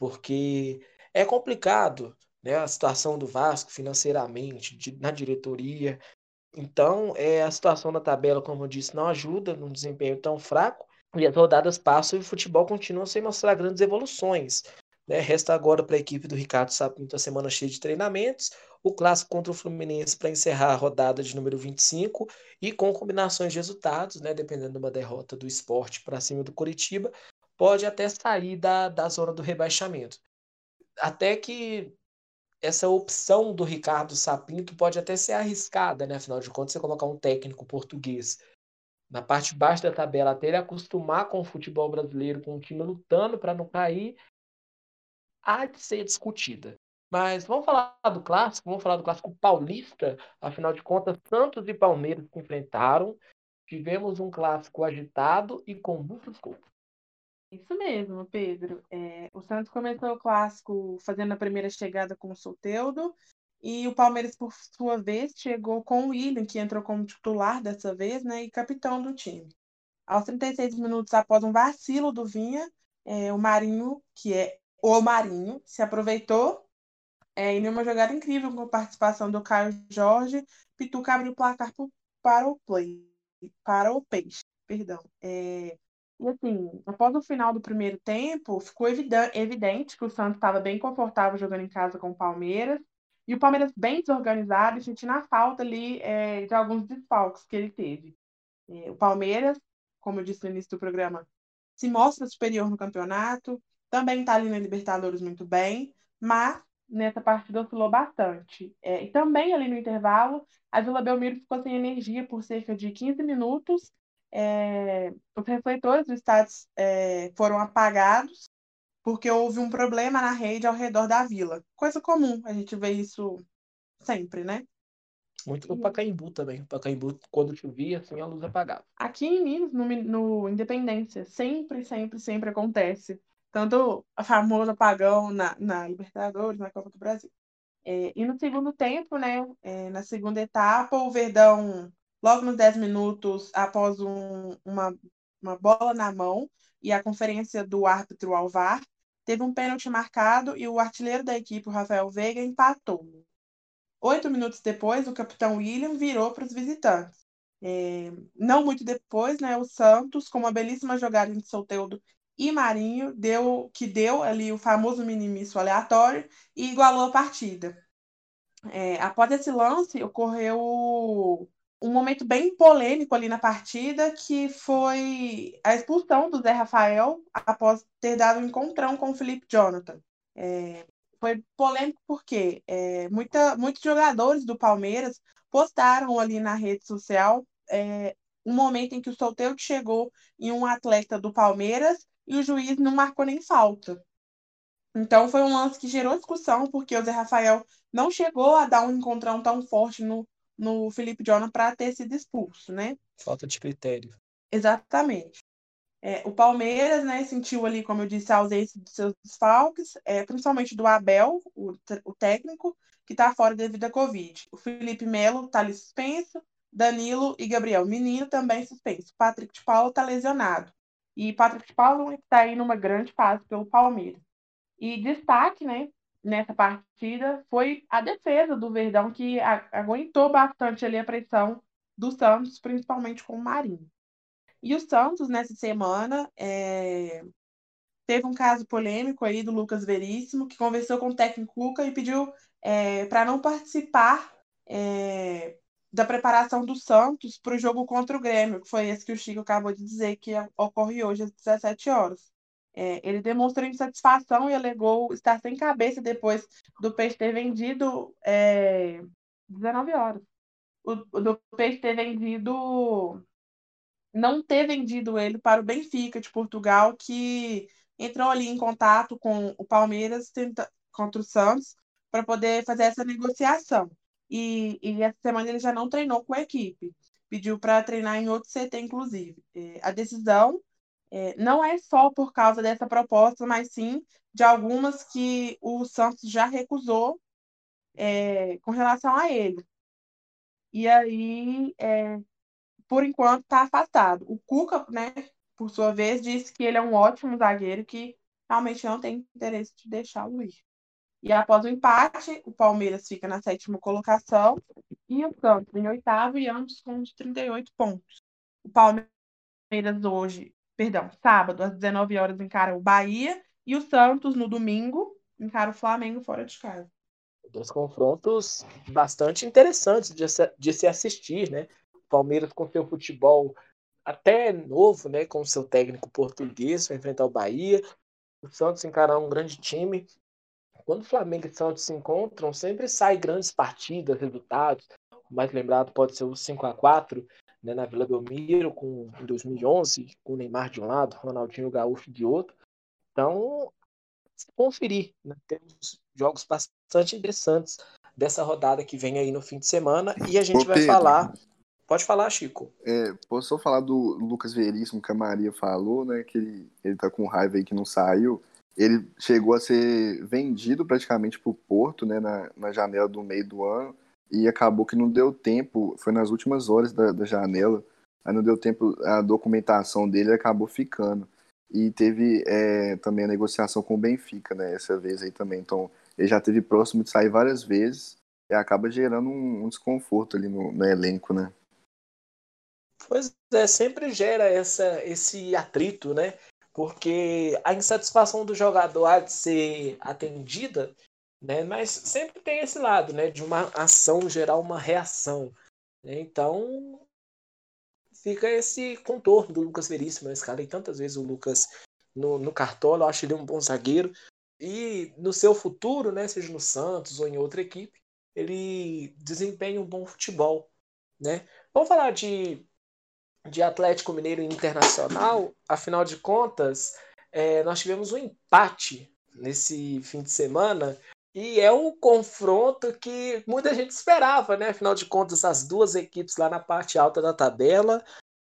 porque é complicado, né, a situação do Vasco financeiramente, de, na diretoria. Então, é, a situação da tabela, como eu disse, não ajuda num desempenho tão fraco. E as rodadas passam e o futebol continua sem mostrar grandes evoluções, né? Resta agora para a equipe do Ricardo Sapinto a semana cheia de treinamentos, o clássico contra o Fluminense para encerrar a rodada de número vinte e cinco e com combinações de resultados, né? Dependendo de uma derrota do Sport para cima do Coritiba, pode até sair da, da zona do rebaixamento. Até que essa opção do Ricardo Sapinto pode até ser arriscada, né? Afinal de contas, você colocar um técnico português na parte de baixo da tabela até ele acostumar com o futebol brasileiro, com o time lutando para não cair, há de ser discutida. Mas vamos falar do clássico, vamos falar do clássico paulista. Afinal de contas, Santos e Palmeiras se enfrentaram. Tivemos um clássico agitado e com muitos gols. Isso mesmo, Pedro. É, o Santos começou o clássico fazendo a primeira chegada com o Soteldo e o Palmeiras, por sua vez, chegou com o William, que entrou como titular dessa vez, né, e capitão do time. Aos trinta e seis minutos, após um vacilo do Vinha, é, o Marinho, que é o Marinho, se aproveitou é, em uma jogada incrível com a participação do Caio Jorge. Pituca abriu o placar pro, para o play, para o Peixe, perdão. É, e assim, após o final do primeiro tempo, ficou evidente que o Santos estava bem confortável jogando em casa com o Palmeiras, e o Palmeiras bem desorganizado e sentindo a falta ali é, de alguns desfalques que ele teve. É, o Palmeiras, como eu disse no início do programa, se mostra superior no campeonato, também está ali na Libertadores muito bem, mas nessa partida oscilou bastante. É, e também ali no intervalo, a Vila Belmiro ficou sem energia por cerca de quinze minutos. É, os refletores do estádio é, foram apagados porque houve um problema na rede ao redor da vila. Coisa comum, a gente vê isso sempre, né? Muito no Pacaembu também. O Pacaembu, quando chovia, assim, a luz apagava. Aqui em Minas, no, no Independência, sempre, sempre, sempre acontece. Tanto o famoso apagão na, na Libertadores, na Copa do Brasil. É, e no segundo tempo, né, é, na segunda etapa, o Verdão, logo nos dez minutos, após um, uma, uma bola na mão e a conferência do árbitro ao V A R, teve um pênalti marcado e o artilheiro da equipe, o Rafael Veiga, empatou. Oito minutos depois, o capitão William virou para os visitantes. É, não muito depois, né, o Santos, com uma belíssima jogada de Soteldo e Marinho, deu, que deu ali o famoso minimiço aleatório e igualou a partida. É, após esse lance, ocorreu um momento bem polêmico ali na partida, que foi a expulsão do Zé Rafael após ter dado um encontrão com o Felipe Jonathan. É, foi polêmico porque é, muita, muitos jogadores do Palmeiras postaram ali na rede social é, um momento em que o Soteldo chegou em um atleta do Palmeiras e o juiz não marcou nem falta. Então foi um lance que gerou discussão, porque o Zé Rafael não chegou a dar um encontrão tão forte no, no Felipe Jonathan para ter sido expulso, né? Falta de critério. Exatamente. É, o Palmeiras, né, sentiu ali, como eu disse, a ausência dos seus desfalques, é, principalmente do Abel, o, o técnico, que está fora devido à Covid. O Felipe Melo está ali suspenso, Danilo e Gabriel Menino também suspenso. Patrick de Paulo está lesionado. E Patrick de Paulo está aí numa grande fase pelo Palmeiras. E destaque, né, nessa partida foi a defesa do Verdão, que a, aguentou bastante ali a pressão do Santos, principalmente com o Marinho. E o Santos, nessa semana, é, teve um caso polêmico aí do Lucas Veríssimo, que conversou com o técnico Cuca e pediu é, para não participar é, da preparação do Santos para o jogo contra o Grêmio, que foi esse que o Chico acabou de dizer, que ocorre hoje às dezessete horas. É, ele demonstrou insatisfação e alegou estar sem cabeça depois do Peixe ter vendido é, dezenove horas. O, o do Peixe ter vendido não ter vendido ele para o Benfica de Portugal, que entrou ali em contato com o Palmeiras tenta, contra o Santos para poder fazer essa negociação. E, e essa semana ele já não treinou com a equipe, pediu para treinar em outro C T, inclusive. É, a decisão é, não é só por causa dessa proposta, mas sim de algumas que o Santos já recusou é, com relação a ele. E aí, é, por enquanto, está afastado. O Cuca, né, por sua vez, disse que ele é um ótimo zagueiro que realmente não tem interesse de deixá-lo ir. E após o empate, o Palmeiras fica na sétima colocação e o Santos em oitavo, e ambos com os trinta e oito pontos. O Palmeiras hoje, perdão, sábado, às dezenove horas, encara o Bahia, e o Santos, no domingo, encara o Flamengo fora de casa. Dois confrontos bastante interessantes de se, de se assistir, né? O Palmeiras com seu futebol até novo, né? Com seu técnico português, vai enfrentar o Bahia. O Santos encarar um grande time. Quando o Flamengo e Santos se encontram, sempre sai grandes partidas, resultados. O mais lembrado pode ser o cinco a quatro, né, na Vila Belmiro, com, em dois mil e onze, com o Neymar de um lado, Ronaldinho Gaúcho de outro. Então, se conferir, né? Temos jogos bastante interessantes dessa rodada que vem aí no fim de semana, e a gente Ô, vai Pedro, falar... Pode falar, Chico. É, posso só falar do Lucas Veríssimo, que a Maria falou, né? Que ele, ele tá com raiva aí que não saiu. Ele chegou a ser vendido praticamente pro Porto, né? Na, na janela do meio do ano. E acabou que não deu tempo. Foi nas últimas horas da, da janela aí não deu tempo, a documentação dele acabou ficando. E teve é, também a negociação com o Benfica, né, essa vez aí também. Então, ele já teve próximo de sair várias vezes e acaba gerando um, um desconforto ali no, no elenco, né? Pois é, sempre gera essa, esse atrito, né? Porque a insatisfação do jogador há de ser atendida, né? Mas sempre tem esse lado, né? De uma ação gerar uma reação, né? Então fica esse contorno do Lucas Veríssimo. Eu escalei tantas vezes o Lucas no, no Cartola, eu acho ele um bom zagueiro. E no seu futuro, né? Seja no Santos ou em outra equipe, ele desempenha um bom futebol, né? Vamos falar de de Atlético Mineiro e Internacional, afinal de contas, é, nós tivemos um empate nesse fim de semana e é um confronto que muita gente esperava, né? Afinal de contas, as duas equipes lá na parte alta da tabela,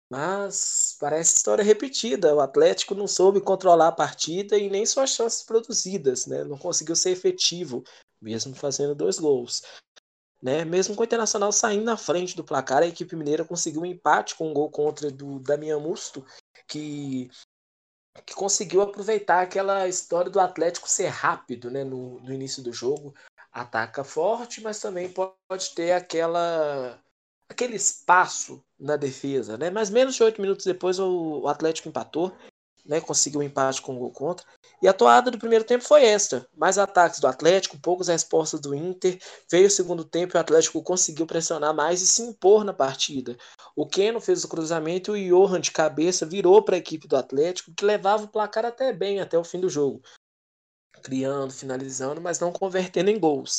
mas parece história repetida. O Atlético não soube controlar a partida e nem suas chances produzidas, né? Não conseguiu ser efetivo, mesmo fazendo dois gols. Né? Mesmo com o Internacional saindo na frente do placar, a equipe mineira conseguiu um empate com um gol contra do Damian Musto, que, que conseguiu aproveitar aquela história do Atlético ser rápido, né? no, no início do jogo. Ataca forte, mas também pode ter aquela, aquele espaço na defesa. Né? Mas menos de oito minutos depois o, o Atlético empatou, né, conseguiu um empate com o gol contra. E a toada do primeiro tempo foi esta. Mais ataques do Atlético, poucas respostas do Inter. Veio o segundo tempo e o Atlético conseguiu pressionar mais e se impor na partida. O Keno fez o cruzamento e o Johan de cabeça virou para a equipe do Atlético, que levava o placar até bem até o fim do jogo. Criando, finalizando, mas não convertendo em gols.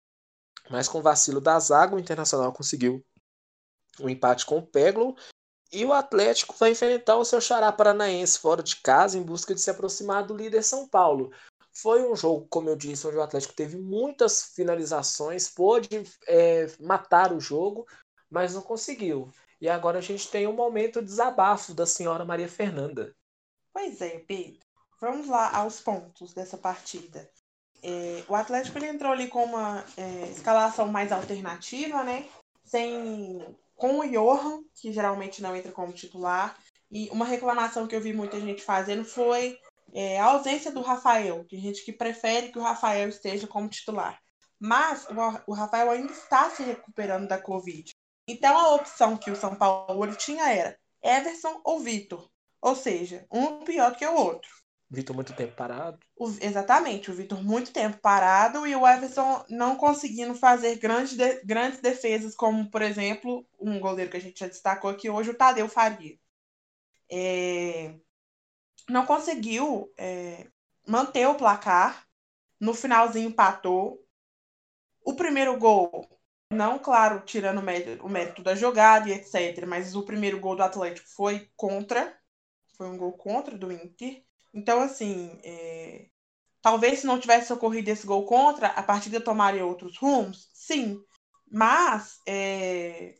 Mas com o vacilo da zaga, o Internacional conseguiu um empate com o Peglo. E o Atlético vai enfrentar o seu xará paranaense fora de casa em busca de se aproximar do líder São Paulo. Foi um jogo, como eu disse, onde o Atlético teve muitas finalizações, pôde é, matar o jogo, mas não conseguiu. E agora a gente tem um momento de desabafo da senhora Maria Fernanda. Pois é, Pedro. Vamos lá aos pontos dessa partida. É, o Atlético ele entrou ali com uma é, escalação mais alternativa, né? Sem... com o Johan, que geralmente não entra como titular. E uma reclamação que eu vi muita gente fazendo foi é, a ausência do Rafael. Tem gente que prefere que o Rafael esteja como titular. Mas o, o Rafael ainda está se recuperando da Covid. Então a opção que o São Paulo tinha era Everson ou Vitor. Ou seja, um pior do que o outro. Vitor muito tempo parado. O, exatamente, o Vitor muito tempo parado e o Everson não conseguindo fazer grandes, de, grandes defesas, como, por exemplo, um goleiro que a gente já destacou aqui hoje, o Tadeu Faria. É, não conseguiu é, manter o placar, no finalzinho empatou. O primeiro gol, não, claro, tirando o mérito, o mérito da jogada e etcétera, mas o primeiro gol do Atlético foi contra, foi um gol contra do Inter. Então, assim, é, talvez se não tivesse ocorrido esse gol contra, a partida tomaria outros rumos? Sim. Mas é,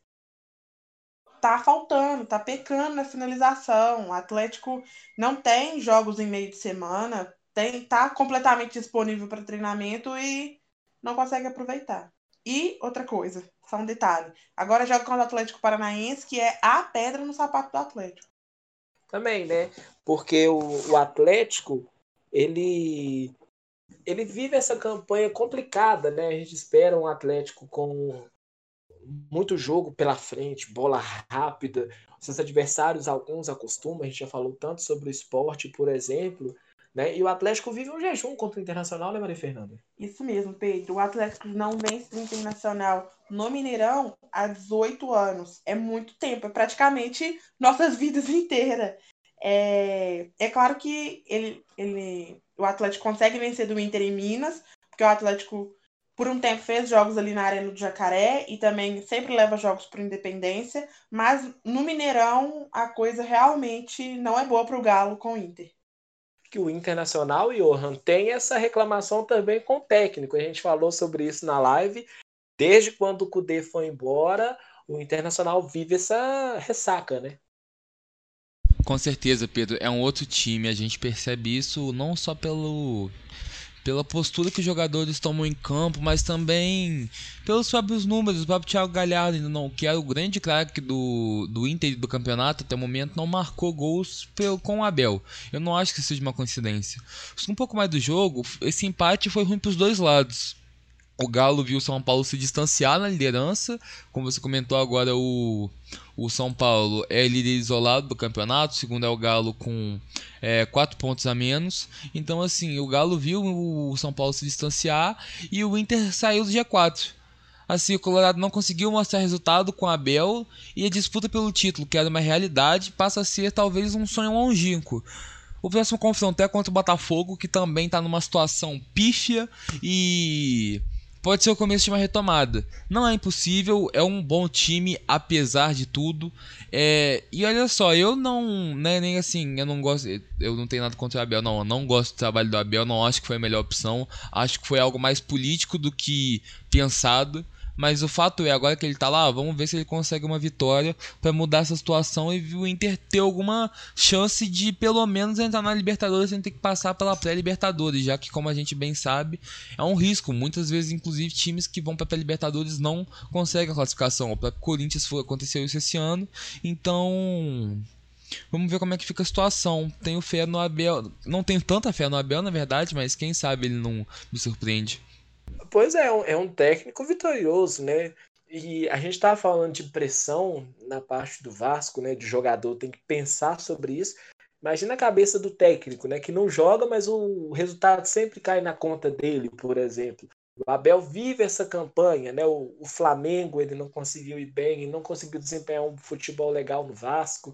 tá faltando, tá pecando na finalização. O Atlético não tem jogos em meio de semana, tem, tá completamente disponível para treinamento e não consegue aproveitar. E outra coisa, só um detalhe. Agora joga contra o Atlético Paranaense, que é a pedra no sapato do Atlético. Também, né? Porque o, o Atlético, ele, ele vive essa campanha complicada, né? A gente espera um Atlético com muito jogo pela frente, bola rápida. Seus adversários, alguns acostumam, a gente já falou tanto sobre o esporte, por exemplo, né? E o Atlético vive um jejum contra o Internacional, né, Maria Fernanda? Isso mesmo, Pedro. O Atlético não vence o Internacional no Mineirão há dezoito anos. É muito tempo, é praticamente nossas vidas inteiras. É, é claro que ele, ele, o Atlético consegue vencer do Inter em Minas, porque o Atlético, por um tempo, fez jogos ali na Arena do Jacaré e também sempre leva jogos para Independência, mas no Mineirão a coisa realmente não é boa para o Galo com o Inter. Que o Internacional, Johan, tem essa reclamação também com o técnico. A gente falou sobre isso na live. Desde quando o Kudê foi embora, o Internacional vive essa ressaca, né? Com certeza, Pedro, é um outro time. A gente percebe isso não só pelo pela postura que os jogadores tomam em campo, mas também pelos próprios números. O próprio Thiago Galhardo, não, que era o grande craque do, do Inter do campeonato até o momento, não marcou gols pelo, com o Abel. Eu não acho que isso seja uma coincidência. Um pouco mais do jogo, esse empate foi ruim para os dois lados. O Galo viu o São Paulo se distanciar na liderança. Como você comentou agora, o, o São Paulo é líder isolado do campeonato. O segundo é o Galo com é, quatro pontos a menos. Então, assim, o Galo viu o São Paulo se distanciar e o Inter saiu do G quatro. Assim, o Colorado não conseguiu mostrar resultado com a Abel e a disputa pelo título, que era uma realidade, passa a ser talvez um sonho longínquo. O próximo confronto é contra o Botafogo, que também está numa situação pífia e pode ser o começo de uma retomada. Não é impossível, é um bom time, apesar de tudo. É, e olha só, eu não, né, nem assim, eu não gosto, eu não tenho nada contra o Abel, não. Eu não gosto do trabalho do Abel, não acho que foi a melhor opção. Acho que foi algo mais político do que pensado. Mas o fato é, agora que ele tá lá, vamos ver se ele consegue uma vitória para mudar essa situação e o Inter ter alguma chance de pelo menos entrar na Libertadores sem ter que passar pela pré-Libertadores, já que, como a gente bem sabe, é um risco. Muitas vezes, inclusive, times que vão para a pré-Libertadores não conseguem a classificação. O próprio Corinthians foi, aconteceu isso esse ano, então vamos ver como é que fica a situação. Tenho fé no Abel, não tenho tanta fé no Abel, na verdade, mas quem sabe ele não me surpreende. Pois é, é um, é um técnico vitorioso, né? E a gente estava falando de pressão na parte do Vasco, né? De jogador tem que pensar sobre isso. Imagina a cabeça do técnico, né? Que não joga, mas o resultado sempre cai na conta dele, por exemplo. O Abel vive essa campanha, né? O, o Flamengo ele não conseguiu ir bem, não conseguiu desempenhar um futebol legal no Vasco.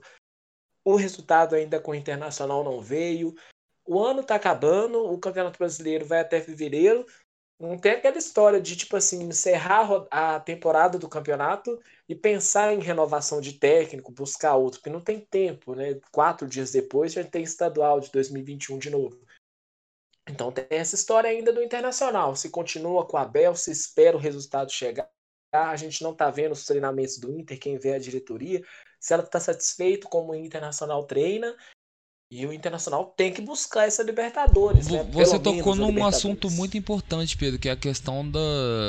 O resultado ainda com o Internacional não veio. O ano está acabando, o Campeonato Brasileiro vai até fevereiro. Não tem aquela história de, tipo assim, encerrar a temporada do campeonato e pensar em renovação de técnico, buscar outro, porque não tem tempo, né? Quatro dias depois já tem estadual de dois mil e vinte e um de novo. Então tem essa história ainda do Internacional. Se continua com a Abel, se espera o resultado chegar. A gente não está vendo os treinamentos do Inter, quem vê a diretoria. Se ela está satisfeito como o Internacional treina. E o Internacional tem que buscar essa Libertadores, né? Você Pelo tocou num assunto muito importante, Pedro, que é a questão da,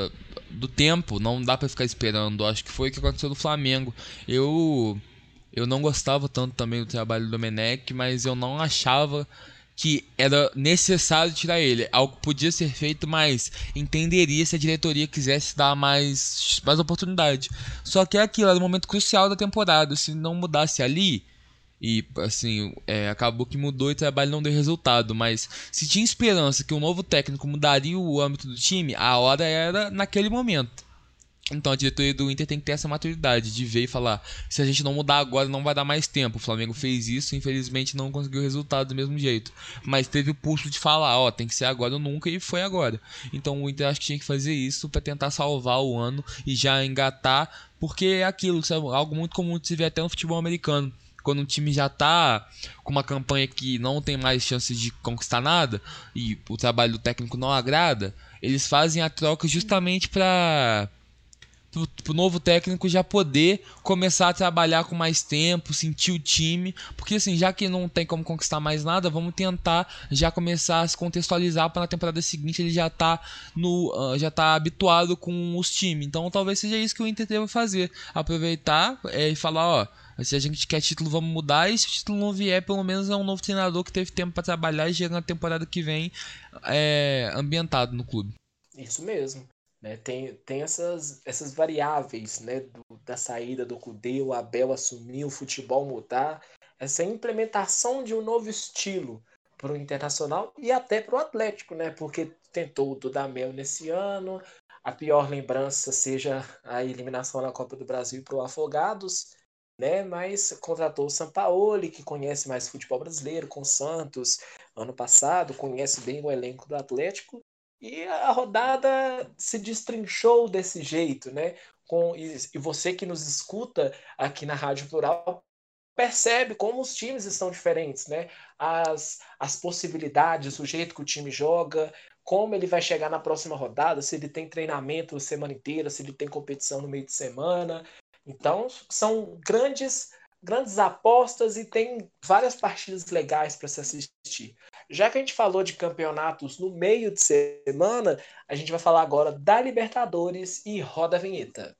do tempo. Não dá pra ficar esperando. Acho que foi o que aconteceu no Flamengo. Eu, eu não gostava tanto também do trabalho do Domenech, mas eu não achava que era necessário tirar ele. Algo podia ser feito, mas entenderia se a diretoria quisesse dar mais, mais oportunidade. Só que é aquilo, era um momento crucial da temporada. Se não mudasse ali... E assim, é, acabou que mudou e o trabalho não deu resultado. Mas se tinha esperança que um novo técnico mudaria o âmbito do time, a hora era naquele momento. Então a diretoria do Inter tem que ter essa maturidade de ver e falar: se a gente não mudar agora não vai dar mais tempo. O Flamengo fez isso, infelizmente não conseguiu o resultado do mesmo jeito. Mas teve o pulso de falar: ó, tem que ser agora ou nunca, e foi agora. Então o Inter acho que tinha que fazer isso para tentar salvar o ano e já engatar. Porque é aquilo, sabe? Algo muito comum de se ver até no futebol americano. Quando um time já tá com uma campanha que não tem mais chances de conquistar nada e o trabalho do técnico não agrada, eles fazem a troca justamente para o novo técnico já poder começar a trabalhar com mais tempo, sentir o time, porque assim, já que não tem como conquistar mais nada, vamos tentar já começar a se contextualizar para na temporada seguinte ele já tá no uh, já tá habituado com os times. Então talvez seja isso que o Inter deve fazer, aproveitar é, e falar, ó, se a gente quer título, vamos mudar. E se o título não vier, pelo menos é um novo treinador que teve tempo para trabalhar e chega na temporada que vem é, ambientado no clube. Isso mesmo. Né? Tem, tem essas, essas variáveis, né? Do, da saída do Kudê, o Abel assumir, o futebol mudar. Essa implementação de um novo estilo para o Internacional e até para o Atlético, né? Porque tentou o Dudamel nesse ano. A pior lembrança seja a eliminação na Copa do Brasil para o Afogados. Né, mas contratou o Sampaoli, que conhece mais futebol brasileiro, com o Santos ano passado, conhece bem o elenco do Atlético, e a rodada se destrinchou desse jeito, né? Com, e, e você que nos escuta aqui na Rádio Plural percebe como os times estão diferentes, né? As, as possibilidades, o jeito que o time joga, como ele vai chegar na próxima rodada, se ele tem treinamento a semana inteira, se ele tem competição no meio de semana. Então, são grandes grandes apostas e tem várias partidas legais para se assistir. Já que a gente falou de campeonatos no meio de semana, a gente vai falar agora da Libertadores e roda a vinheta.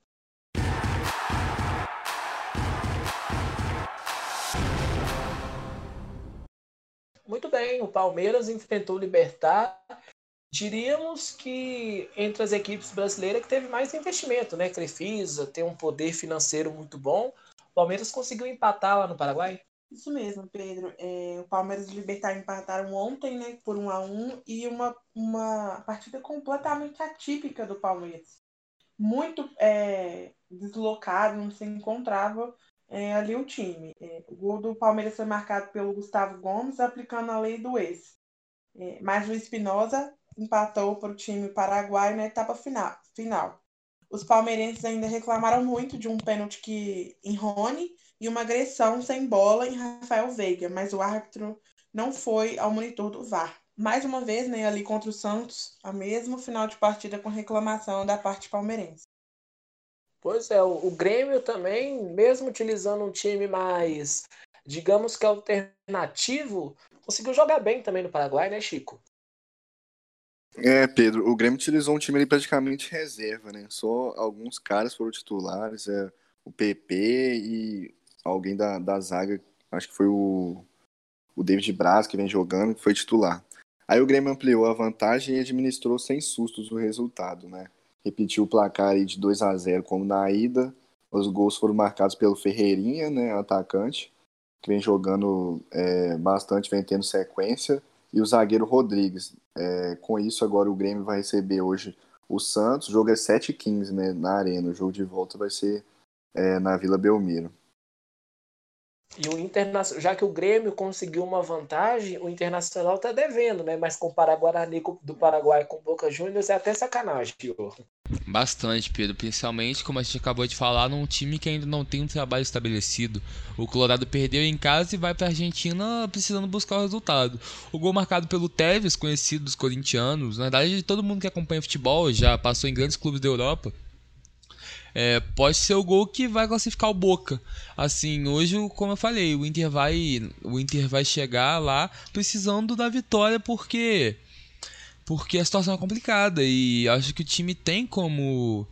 Muito bem, o Palmeiras enfrentou o Libertad. Diríamos que entre as equipes brasileiras que teve mais investimento, né? Crefisa tem um poder financeiro muito bom. O Palmeiras conseguiu empatar lá no Paraguai. Isso mesmo, Pedro. É, o Palmeiras e o Libertad empataram ontem, né, por um a um, e uma, uma partida completamente atípica do Palmeiras. Muito é, deslocado, não se encontrava é, ali o time. É, o gol do Palmeiras foi marcado pelo Gustavo Gomes, aplicando a lei do ex. É, mas o Espinosa empatou para o time paraguaio na etapa final. final. Os palmeirenses ainda reclamaram muito de um pênalti que, em Rony e uma agressão sem bola em Rafael Veiga, mas o árbitro não foi ao monitor do V A R. Mais uma vez, né, ali contra o Santos, a mesmo final de partida com reclamação da parte palmeirense. Pois é, o, o Grêmio também, mesmo utilizando um time mais, digamos que alternativo, conseguiu jogar bem também no Paraguai, né, Chico? É, Pedro, o Grêmio utilizou um time ali praticamente reserva, né? Só alguns caras foram titulares, é, o P P e alguém da, da zaga, acho que foi o, o David Braz que vem jogando, que foi titular. Aí o Grêmio ampliou a vantagem e administrou sem sustos o resultado, né? Repetiu o placar aí de dois a zero como na ida. Os gols foram marcados pelo Ferreirinha, né, atacante, que vem jogando é, bastante, vem tendo sequência, e o zagueiro Rodrigues. É, com isso, agora o Grêmio vai receber hoje o Santos. O jogo é sete e quinze, né, na Arena. O jogo de volta vai ser é, na Vila Belmiro. E o Internacional, já que o Grêmio conseguiu uma vantagem, o Internacional tá devendo, né? Mas comparar Guarani do Paraguai com Boca Juniors é até sacanagem, Pior. Bastante, Pedro. Principalmente, como a gente acabou de falar, num time que ainda não tem um trabalho estabelecido. O Colorado perdeu em casa e vai pra Argentina precisando buscar o resultado. O gol marcado pelo Tevez, conhecido dos corintianos, na verdade todo mundo que acompanha futebol, já passou em grandes clubes da Europa, É, pode ser o gol que vai classificar o Boca. Assim, hoje, como eu falei, o Inter vai, o Inter vai chegar lá precisando da vitória porque, porque a situação é complicada e acho que o time tem como,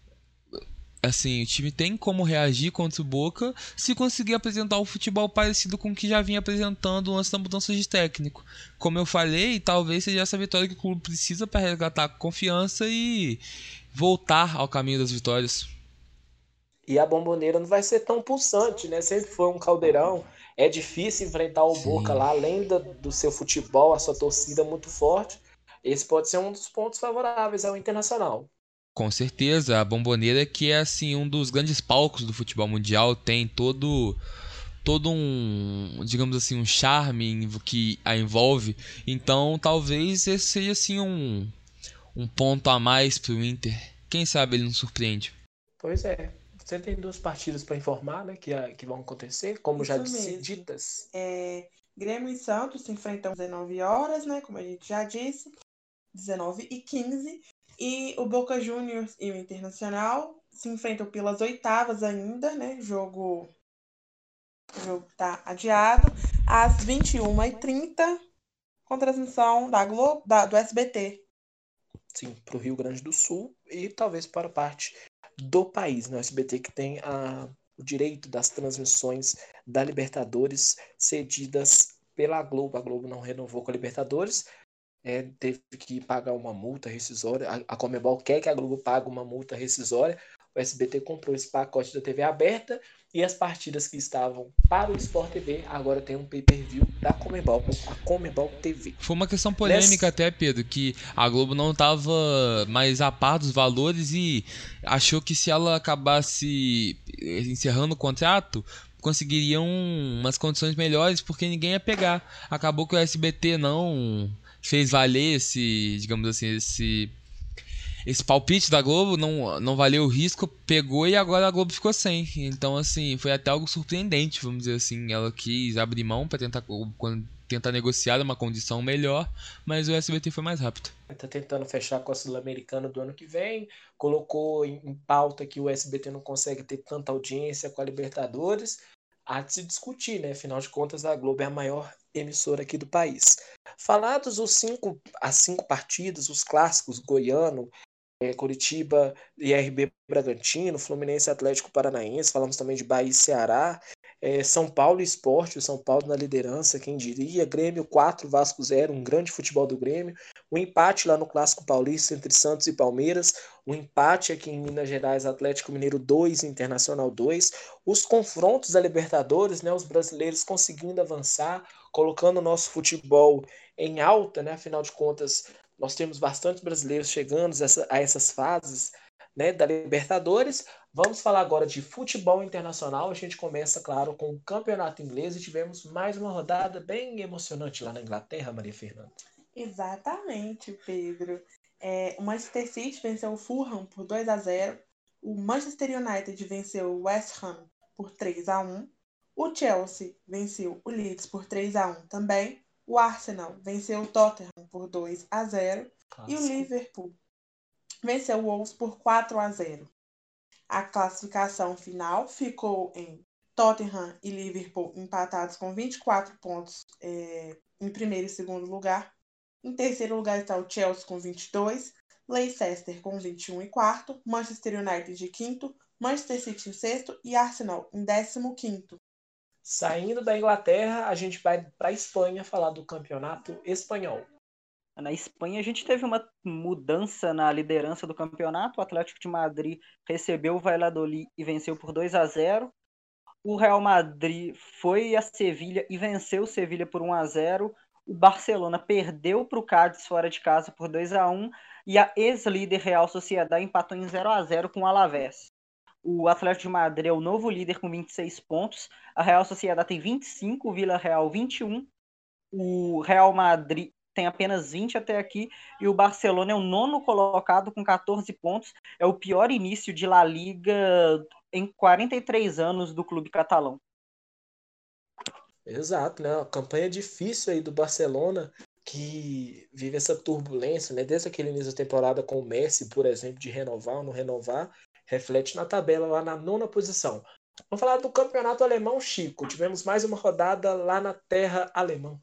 assim, o time tem como reagir contra o Boca se conseguir apresentar um futebol parecido com o que já vinha apresentando antes da mudança de técnico. Como eu falei, talvez seja essa vitória que o clube precisa para resgatar a confiança e voltar ao caminho das vitórias. E a Bomboneira não vai ser tão pulsante, né? Sempre foi um caldeirão. É difícil enfrentar o Sim. Boca lá, além do, do seu futebol, a sua torcida muito forte. Esse pode ser um dos pontos favoráveis ao Internacional. Com certeza, a Bomboneira, que é assim um dos grandes palcos do futebol mundial, tem todo todo um, digamos assim, um charme que a envolve. Então, talvez esse seja assim um um ponto a mais pro Inter. Quem sabe ele não surpreende. Pois é. Você tem duas partidas para informar, né? Que, que vão acontecer, como Isso já mesmo. ditas. É, Grêmio e Santos se enfrentam às dezenove horas, né? Como a gente já disse, dezenove e quinze. E o Boca Juniors e o Internacional se enfrentam pelas oitavas ainda, né? Jogo, o jogo tá adiado, às vinte e uma e trinta, com transmissão da Globo, da, do S B T. Sim, para o Rio Grande do Sul e talvez para parte do país, né? O S B T que tem a, o direito das transmissões da Libertadores cedidas pela Globo. A Globo não renovou com a Libertadores, é, teve que pagar uma multa rescisória. A, a Conmebol quer que a Globo pague uma multa rescisória. O S B T comprou esse pacote da T V aberta e as partidas que estavam para o Sport T V agora tem um pay-per-view da Conmebol, a Conmebol T V. Foi uma questão polêmica Nessa... até, Pedro, que a Globo não estava mais a par dos valores e achou que se ela acabasse encerrando o contrato, conseguiriam umas condições melhores porque ninguém ia pegar. Acabou que o S B T não fez valer esse, digamos assim, esse... Esse palpite da Globo não, não valeu o risco, pegou e agora a Globo ficou sem. Então, assim, foi até algo surpreendente, vamos dizer assim. Ela quis abrir mão para tentar, tentar negociar uma condição melhor, mas o S B T foi mais rápido. Está tentando fechar com a Sul-Americana do ano que vem, colocou em, em pauta que o S B T não consegue ter tanta audiência com a Libertadores. há de se discutir, né? Afinal de contas, a Globo é a maior emissora aqui do país. Falados os cinco, as cinco partidas, os clássicos, Goiano, é, Curitiba e R B Bragantino, Fluminense e Atlético Paranaense, falamos também de Bahia e Ceará, é, São Paulo e Sport, o São Paulo na liderança, quem diria, Grêmio quatro, Vasco zero, um grande futebol do Grêmio, o empate lá no Clássico Paulista entre Santos e Palmeiras, o empate aqui em Minas Gerais, Atlético Mineiro dois, Internacional dois, os confrontos da Libertadores, né, os brasileiros conseguindo avançar, colocando o nosso futebol em alta, né, afinal de contas, nós temos bastante brasileiros chegando a essas fases, né, da Libertadores. Vamos falar agora de futebol internacional. A gente começa, claro, com o campeonato inglês e tivemos mais uma rodada bem emocionante lá na Inglaterra, Maria Fernanda. Exatamente, Pedro. É, o Manchester City venceu o Fulham por dois a zero. O Manchester United venceu o West Ham por três a um. O Chelsea venceu o Leeds por três a um também. O Arsenal venceu o Tottenham por dois a zero. Clássico. E o Liverpool venceu o Wolves por quatro a zero. A classificação final ficou em Tottenham e Liverpool empatados com vinte e quatro pontos é, em primeiro e segundo lugar. Em terceiro lugar está o Chelsea com vinte e dois, Leicester com vinte e um e quarto, Manchester United de quinto, Manchester City em sexto e Arsenal em décimo quinto. Saindo da Inglaterra, a gente vai para a Espanha falar do campeonato espanhol. Na Espanha, a gente teve uma mudança na liderança do campeonato. O Atlético de Madrid recebeu o Valladolid e venceu por dois a zero. O Real Madrid foi a Sevilha e venceu o Sevilha por um a zero. O Barcelona perdeu para o Cádiz fora de casa por dois a um. E a ex-líder Real Sociedad empatou em zero a zero com o Alavés. O Atlético de Madrid é o novo líder com vinte e seis pontos. A Real Sociedad tem vinte e cinco, o Vila Real vinte e um. O Real Madrid tem apenas vinte até aqui, e o Barcelona é o nono colocado com catorze pontos. É o pior início de La Liga em quarenta e três anos do clube catalão. Exato, né? Uma campanha difícil aí do Barcelona, que vive essa turbulência, né? Desde aquele início da temporada com o Messi, por exemplo, de renovar ou não renovar, reflete na tabela lá na nona posição. Vamos falar do campeonato alemão, Chico. Tivemos mais uma rodada lá na terra alemã.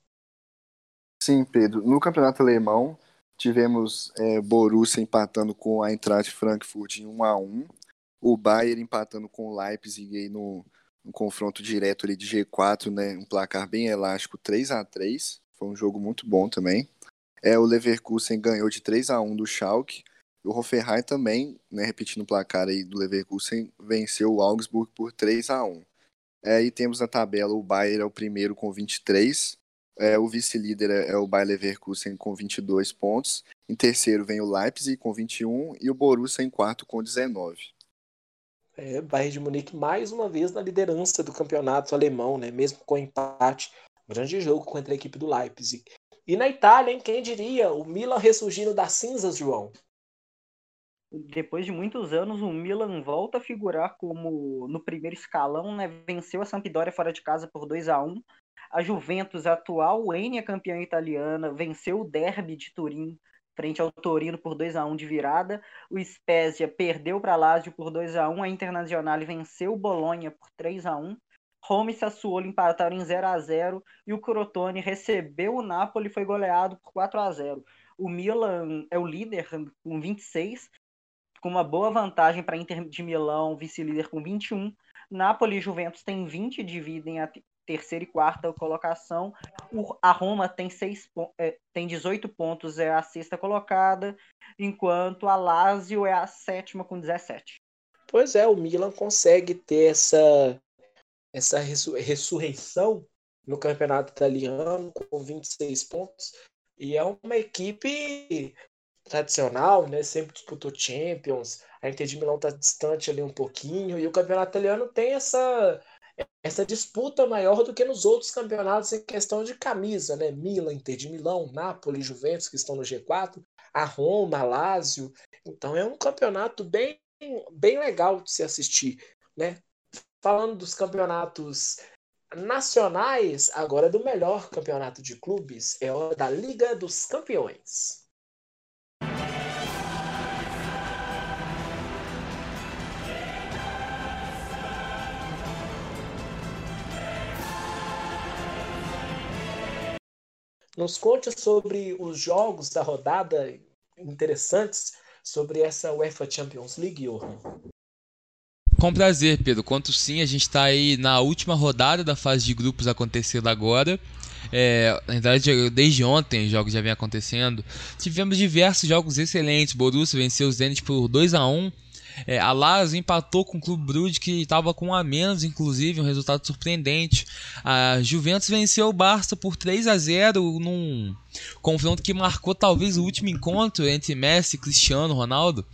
Sim, Pedro. No campeonato alemão, tivemos é, Borussia empatando com a Eintracht Frankfurt em um a um. O Bayern empatando com o Leipzig aí no, no confronto direto ali de G quatro, né? Um placar bem elástico, três a três. Foi um jogo muito bom também. É, o Leverkusen ganhou de três a um do Schalke. O Hoffenheim também, né, repetindo o placar aí do Leverkusen, venceu o Augsburg por três a um. É, e temos na tabela o Bayern é o primeiro com vinte e três. É, o vice-líder é o Bayer Leverkusen com vinte e dois pontos. Em terceiro vem o Leipzig com vinte e um e o Borussia em quarto com dezenove. É, Bayern de Munique mais uma vez na liderança do campeonato alemão, né? Mesmo com empate. Grande jogo contra a equipe do Leipzig. E na Itália, hein? Quem diria? O Milan ressurgindo das cinzas, João. Depois de muitos anos, o Milan volta a figurar como no primeiro escalão, né? Venceu a Sampdoria fora de casa por dois a um. A Juventus, atual Enia campeã italiana, venceu o Derby de Turim frente ao Torino por dois a um de virada. O Spezia perdeu para a Lazio por dois a um. A Internazionale venceu o Bolonha por três a um. Roma e Sassuolo empataram em zero a zero. E o Crotone recebeu o Napoli e foi goleado por quatro a zero. O Milan é o líder com vinte e seis, com uma boa vantagem para a Inter de Milão, vice-líder com vinte e um. Napoli e Juventus têm vinte e dividem a terceira e quarta colocação. O, a Roma tem, seis, é, tem dezoito pontos, é a sexta colocada, enquanto a Lazio é a sétima com dezessete. Pois é, o Milan consegue ter essa, essa ressur- ressurreição no campeonato italiano com vinte e seis pontos, e é uma equipe tradicional, né? Sempre disputou Champions. A Inter de Milão está distante ali um pouquinho, e o campeonato italiano tem essa essa disputa maior do que nos outros campeonatos em questão de camisa, né? Milan, Inter de Milão, Napoli, Juventus, que estão no G quatro, a Roma, a Lazio. Então é um campeonato bem, bem legal de se assistir, né? Falando dos campeonatos nacionais, agora do melhor campeonato de clubes, é hora da Liga dos Campeões. nos conte sobre os jogos da rodada interessantes sobre essa UEFA Champions League, Johan. Com prazer, Pedro. Conto sim, a gente está aí na última rodada da fase de grupos acontecendo agora. É, na verdade, desde ontem os jogos já vêm acontecendo. Tivemos diversos jogos excelentes. Borussia venceu o Zenit por dois a um. É, a Lazio empatou com o Clube Brugge, que estava com um a menos, inclusive, um resultado surpreendente. A Juventus venceu o Barça por três a zero num confronto que marcou talvez o último encontro entre Messi e Cristiano Ronaldo.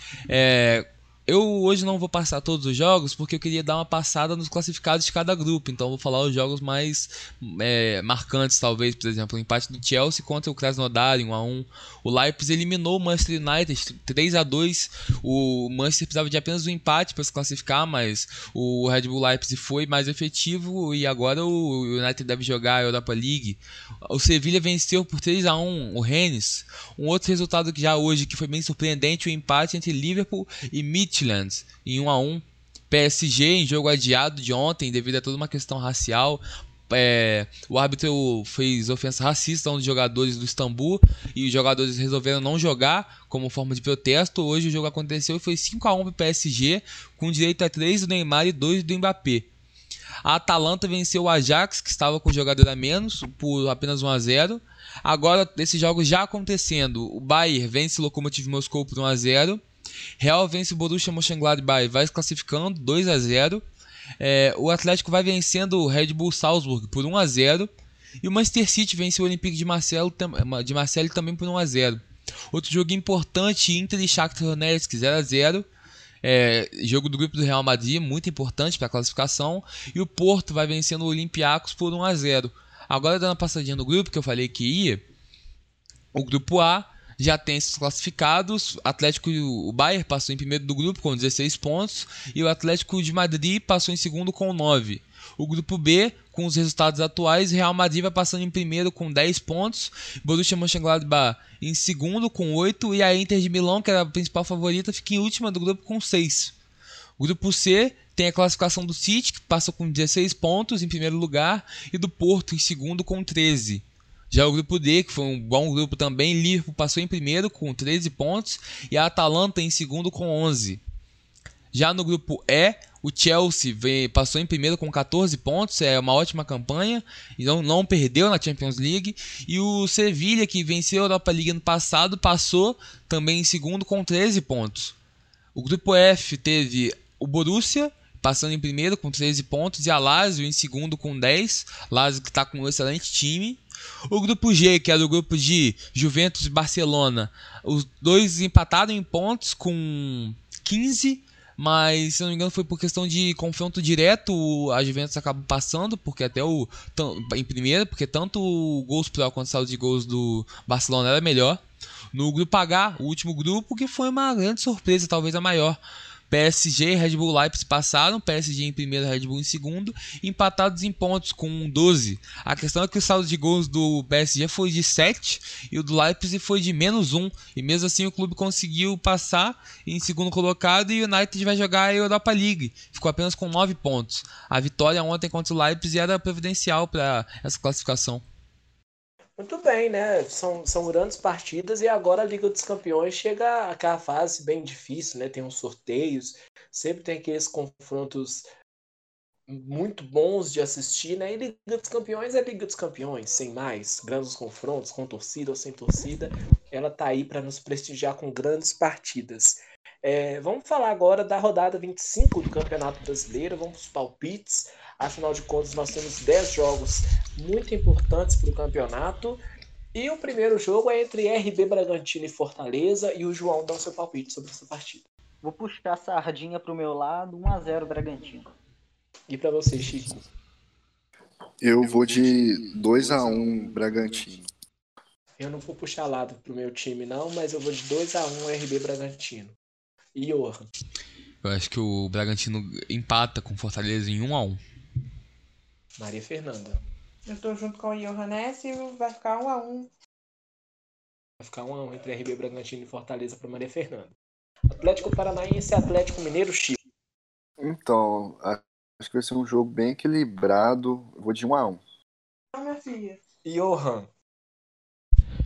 É, eu hoje não vou passar todos os jogos porque eu queria dar uma passada nos classificados de cada grupo, então vou falar os jogos mais é, marcantes, talvez. Por exemplo, o empate do Chelsea contra o Krasnodar em um a um. O Leipzig eliminou o Manchester United três a dois. O Manchester precisava de apenas um empate para se classificar, mas o Red Bull Leipzig foi mais efetivo e agora o United deve jogar a Europa League. O Sevilla venceu por três a um o Rennes. Um outro resultado que já hoje que foi bem surpreendente, o empate entre Liverpool e Midtjylland em um a um. P S G em jogo adiado de ontem devido a toda uma questão racial. É, o árbitro fez ofensa racista a um dos jogadores do Istambul e os jogadores resolveram não jogar como forma de protesto. Hoje o jogo aconteceu e foi cinco a um para o P S G, com direito a três do Neymar e dois do Mbappé. A Atalanta venceu o Ajax, que estava com jogador a menos, por apenas um a zero. Agora, esses jogos já acontecendo, o Bayern vence o Lokomotiv Moscou por um a zero. Real vence o Borussia Mönchengladbach e vai se classificando dois a zero. É, o Atlético vai vencendo o Red Bull Salzburg por um a zero. E o Manchester City vence o Olympique de Marseille, de Marseille também por um a zero. Outro jogo importante, Inter e Shakhtar Donetsk zero a zero. É, jogo do grupo do Real Madrid, muito importante para a classificação. E o Porto vai vencendo o Olympiacos por um a zero. Agora, dando uma passadinha no grupo que eu falei que ia, o grupo A já tem esses classificados. Atlético, o Bayern passou em primeiro do grupo com dezesseis pontos e o Atlético de Madrid passou em segundo com nove. O grupo B, com os resultados atuais, Real Madrid vai passando em primeiro com dez pontos, Borussia Mönchengladbach em segundo com oito e a Inter de Milão, que era a principal favorita, fica em última do grupo com seis. O grupo C tem a classificação do City, que passa com dezesseis pontos em primeiro lugar, e do Porto em segundo com treze. Já o grupo D, que foi um bom grupo também, Liverpool passou em primeiro com treze pontos e a Atalanta em segundo com onze. Já no grupo E, o Chelsea veio, passou em primeiro com catorze pontos, é uma ótima campanha, então não perdeu na Champions League. E o Sevilla, que venceu a Europa League ano passado, passou também em segundo com treze pontos. O grupo F teve o Borussia passando em primeiro com treze pontos e a Lazio em segundo com dez. Lazio que está com um excelente time. O grupo G, que era o grupo de Juventus e Barcelona, os dois empataram em pontos com quinze, mas se não me engano foi por questão de confronto direto, a Juventus acabou passando, porque até o em primeiro, porque tanto o gols pro quanto o saldo de gols do Barcelona era melhor. No grupo H, o último grupo, que foi uma grande surpresa, talvez a maior, P S G e Red Bull Leipzig passaram, P S G em primeiro, Red Bull em segundo, empatados em pontos com doze. A questão é que o saldo de gols do P S G foi de sete e o do Leipzig foi de menos um. E mesmo assim o clube conseguiu passar em segundo colocado e o United vai jogar a Europa League. Ficou apenas com nove pontos. A vitória ontem contra o Leipzig era providencial para essa classificação. Muito bem, né? São, são grandes partidas e agora a Liga dos Campeões chega àquela fase bem difícil, né? Tem uns sorteios, sempre tem aqueles confrontos muito bons de assistir, né? E Liga dos Campeões é Liga dos Campeões, sem mais. Grandes confrontos, com torcida ou sem torcida. Ela tá aí para nos prestigiar com grandes partidas. É, vamos falar agora da rodada vinte e cinco do Campeonato Brasileiro, vamos para os palpites. Afinal de contas, nós temos dez jogos muito importantes para o campeonato. E o primeiro jogo é entre R B Bragantino e Fortaleza. E o João dá o seu palpite sobre essa partida. Vou puxar a sardinha pro meu lado, um a zero Bragantino. E para você, Chico? Eu vou de dois a um Bragantino. Eu não vou puxar lado pro meu time, não, mas eu vou de dois a um R B Bragantino. E Johan? Eu acho que o Bragantino empata com Fortaleza em um a um. Maria Fernanda. Eu tô junto com o Johan nessa e vai ficar um a um. Vai ficar um a um entre R B Bragantino e Fortaleza para Maria Fernanda. Atlético Paranaense e Atlético Mineiro, Chico. Então, acho que vai ser um jogo bem equilibrado. Eu vou de um a um. Ah, minha filha. E Johan?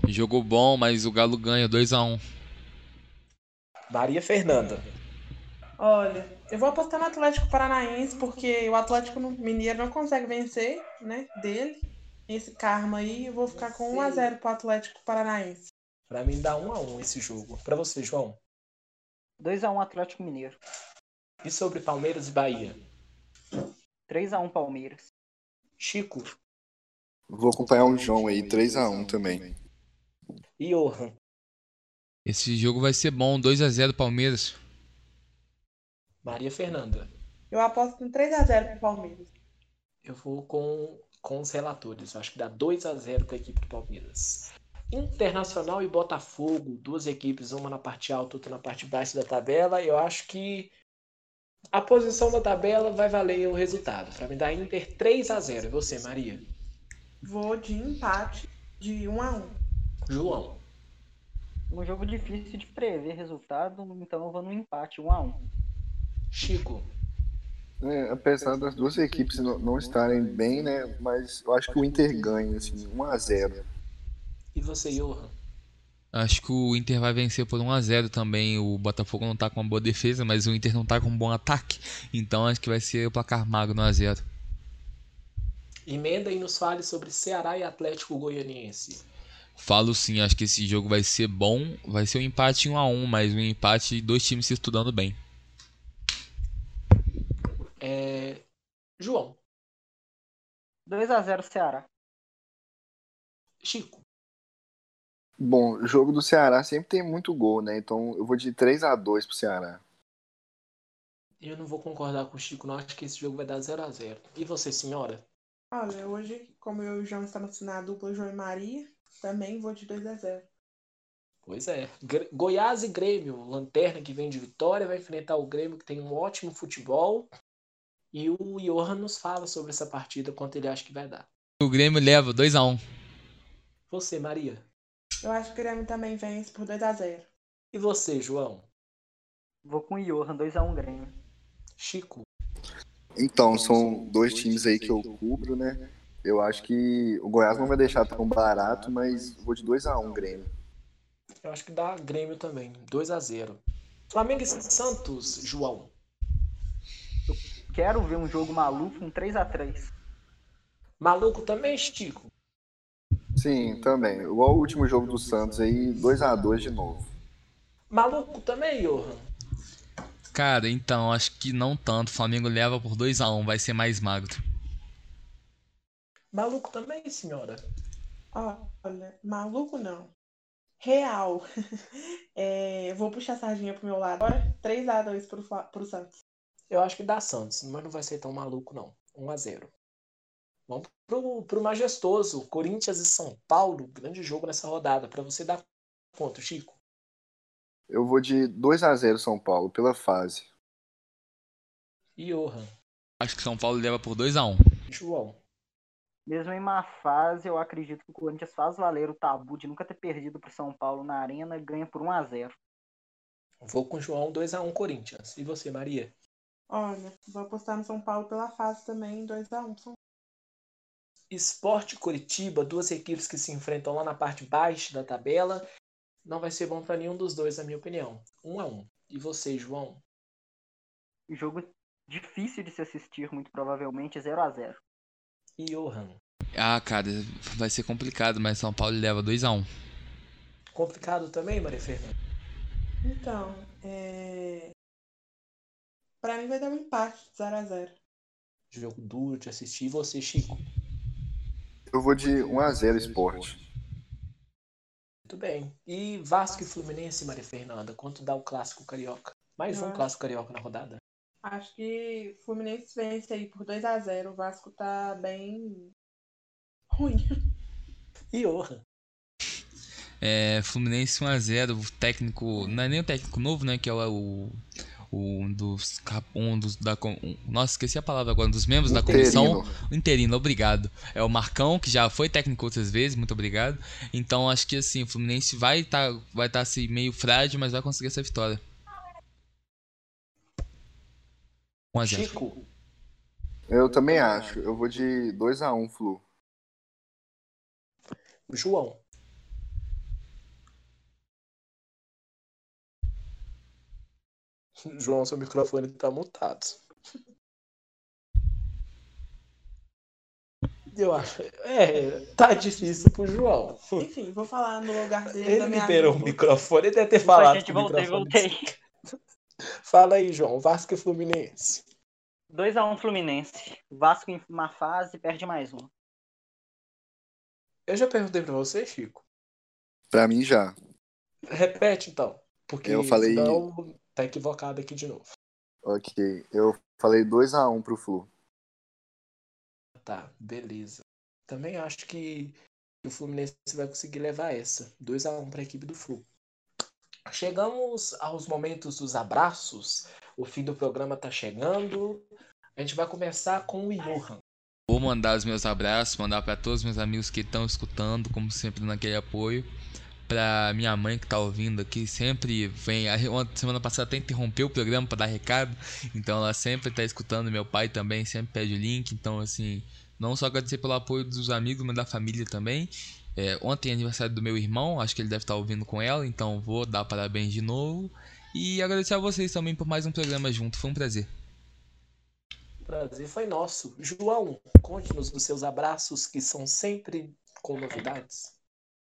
Jogo bom, mas o Galo ganha dois a um. Maria Fernanda. Olha, eu vou apostar no Atlético Paranaense, porque o Atlético Mineiro não consegue vencer, né, dele. Esse karma aí, eu vou ficar com um a zero pro Atlético Paranaense. Pra mim dá um a um esse jogo. Pra você, João. dois a um Atlético Mineiro. E sobre Palmeiras e Bahia? três a um Palmeiras. Chico Vou acompanhar o João aí, três a um também. e Johan. Esse jogo vai ser bom, dois a zero Palmeiras. Maria Fernanda. Eu aposto em três a zero pro Palmeiras. Eu vou com, com os relatores. Eu acho que dá dois a zero para a equipe do Palmeiras. Internacional e Botafogo, duas equipes, uma na parte alta, outra na parte baixa da tabela. Eu acho que a posição da tabela vai valer o resultado. Para mim dá Inter três a zero. E você, Maria? Vou de empate de um a um. João. Um jogo difícil de prever resultado, então eu vou no empate, um a um. Chico. É, apesar das duas equipes não, não estarem bem, né? Mas eu acho que o Inter ganha, assim, um a zero. E você, Johan? Acho que o Inter vai vencer por um a zero também. O Botafogo não tá com uma boa defesa, mas o Inter não tá com um bom ataque. Então acho que vai ser o placar magro no um a zero. Emenda e nos fale sobre Ceará e Atlético Goianiense. Falo sim, acho que esse jogo vai ser bom. Vai ser um empate um a um, mas um empate dois times se estudando bem. É... João. dois a zero Ceará. Chico. Bom, o jogo do Ceará sempre tem muito gol, né? Então eu vou de três a dois pro Ceará. Eu não vou concordar com o Chico, não. Acho que esse jogo vai dar zero a zero. E você, senhora? Olha, hoje, como eu e o João estamos na dupla João e Maria, também vou de dois a zero. Pois é. Gr- Goiás e Grêmio. Lanterna que vem de vitória vai enfrentar o Grêmio, que tem um ótimo futebol. E o Johan nos fala sobre essa partida, quanto ele acha que vai dar. O Grêmio leva dois a um. Você, Maria. Eu acho que o Grêmio também vence por dois a zero. E você, João? Vou com o Johan, dois a um Grêmio. Chico. Então, são dois times aí que eu cubro, né? Eu acho que o Goiás não vai deixar tão barato, mas vou de dois a um Grêmio. Eu acho que dá Grêmio também. dois a zero. Flamengo e Santos, João. Quero ver um jogo maluco, um três a três. Maluco também, Chico? Sim, também. Igual o último jogo do Santos aí, dois a dois de novo. Maluco também, Johan? Cara, então, acho que não tanto. O Flamengo leva por dois a um, vai ser mais magro. Maluco também, senhora? Olha, maluco não. Real. É, vou puxar a sardinha pro meu lado. Agora, três a dois pro, Fla- pro Santos. Eu acho que dá Santos, mas não vai ser tão maluco, não. um a zero. Vamos pro, pro majestoso. Corinthians e São Paulo. Grande jogo nessa rodada. Para você dar quanto, Chico? Eu vou de dois a zero São Paulo, pela fase. E Johan? Acho que São Paulo leva por dois a um. João? Mesmo em má fase, eu acredito que o Corinthians faz valer o tabu de nunca ter perdido pro São Paulo na Arena e ganha por um a zero. Vou com o João, dois a um Corinthians. E você, Maria? Olha, vou apostar no São Paulo pela fase também, dois a um. Sport e Curitiba, duas equipes que se enfrentam lá na parte baixa da tabela. Não vai ser bom para nenhum dos dois, na minha opinião. um a um. E você, João? Jogo difícil de se assistir, muito provavelmente, zero a zero. E Johan? Ah, cara, vai ser complicado, mas São Paulo leva dois a um. Complicado também, Maria Fernanda? Então, é... pra mim vai dar um empate, zero a zero. Jogo duro de assistir. E você, Chico? Eu vou de um a zero Sport. Muito bem. E Vasco e Fluminense, Maria Fernanda? Quanto dá o clássico carioca? Mais um Eu clássico carioca na rodada. Acho que o Fluminense vence aí por dois a zero. O Vasco tá bem ruim. E Johan? É, Fluminense um a zero. O técnico, não é nem o técnico novo, né? Que é o, o um dos, um dos da, um, nossa, esqueci a palavra agora, um dos membros da comissão. O interino, obrigado. É o Marcão, que já foi técnico outras vezes, muito obrigado. Então acho que assim, o Fluminense vai estar tá, vai tá, assim, meio frágil, mas vai conseguir essa vitória. um a zero. Chico? Eu também acho. Eu vou de dois a um Flu. João? João, seu microfone tá mutado. Eu acho. É, tá difícil pro João. Enfim, vou falar no lugar dele. Ele da minha liberou o amiga. microfone, ele deve ter Opa, falado gente, com o voltei, microfone. voltei. Fala aí, João. Vasco e Fluminense. dois a um Fluminense. Vasco em uma fase, perde mais um. Eu já perguntei pra você, Chico. Pra mim já. Repete então, porque Eu falei. senão tá equivocado aqui de novo. Ok. Eu falei dois a um pro Flu. Tá, beleza. Também acho que o Fluminense vai conseguir levar essa. dois a um para a equipe do Flu. Chegamos aos momentos dos abraços. O fim do programa tá chegando. A gente vai começar com o Johan. Vou mandar os meus abraços, mandar para todos os meus amigos que estão escutando, como sempre, naquele apoio. Pra minha mãe que tá ouvindo aqui, sempre vem. A semana passada até interrompeu o programa pra dar recado, então ela sempre tá escutando. Meu pai também sempre pede o link. Então, assim, não só agradecer pelo apoio dos amigos, mas da família também. É, ontem é aniversário do meu irmão, acho que ele deve estar ouvindo com ela, então vou dar parabéns de novo. E agradecer a vocês também por mais um programa junto, foi um prazer. O prazer foi nosso. João, conte-nos dos seus abraços que são sempre com novidades.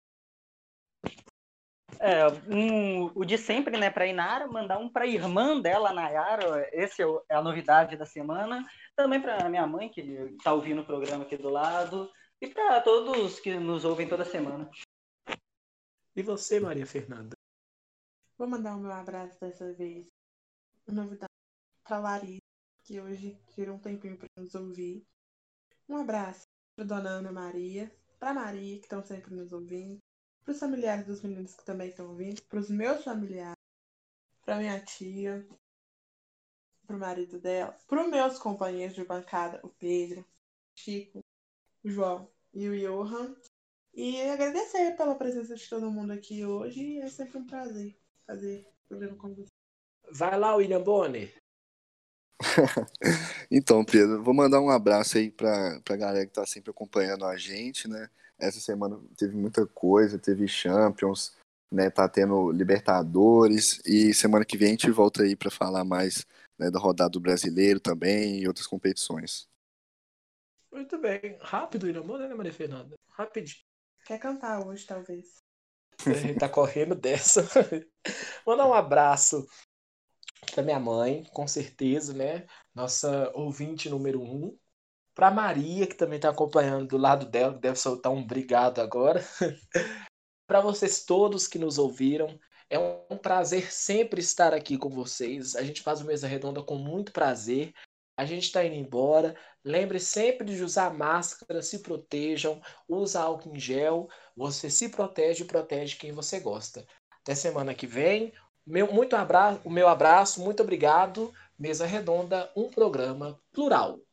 É, um, o de sempre, né, pra Inara, mandar um pra irmã dela, Nayara, esse é, o, é a novidade da semana. Também pra minha mãe, que tá ouvindo o programa aqui do lado. E pra todos que nos ouvem toda semana. E você, Maria Fernanda? Vou mandar o meu abraço dessa vez. Novidade pra Larissa, que hoje tirou um tempinho pra nos ouvir. Um abraço pra Dona Ana Maria, pra Maria, que estão sempre nos ouvindo, pros familiares dos meninos que também estão ouvindo, pros meus familiares, pra minha tia, pro marido dela, pros meus companheiros de bancada, o Pedro, o Chico, o João e o Johan. E agradecer pela presença de todo mundo aqui hoje. É sempre um prazer fazer o programa com vocês. Vai lá, William Bonner. Então, Pedro, vou mandar um abraço aí pra, pra galera que tá sempre acompanhando a gente, né? Essa semana teve muita coisa, teve Champions, né? Tá tendo Libertadores e semana que vem a gente volta aí pra falar mais, né, da rodada do Brasileiro também e outras competições. Muito bem. Rápido, William Bonner, né, Maria Fernanda? Rapidinho. Quer cantar hoje, talvez? Ele tá correndo dessa. Mandar um abraço pra minha mãe, com certeza, né? Nossa ouvinte número um. Pra Maria, que também tá acompanhando do lado dela, que deve soltar um obrigado agora. Pra vocês todos que nos ouviram. É um prazer sempre estar aqui com vocês. A gente faz o Mesa Redonda com muito prazer. A gente está indo embora. Lembre sempre de usar máscara, se protejam, usa álcool em gel. Você se protege e protege quem você gosta. Até semana que vem. Meu, muito abraço, o meu abraço, muito obrigado. Mesa Redonda, um programa plural.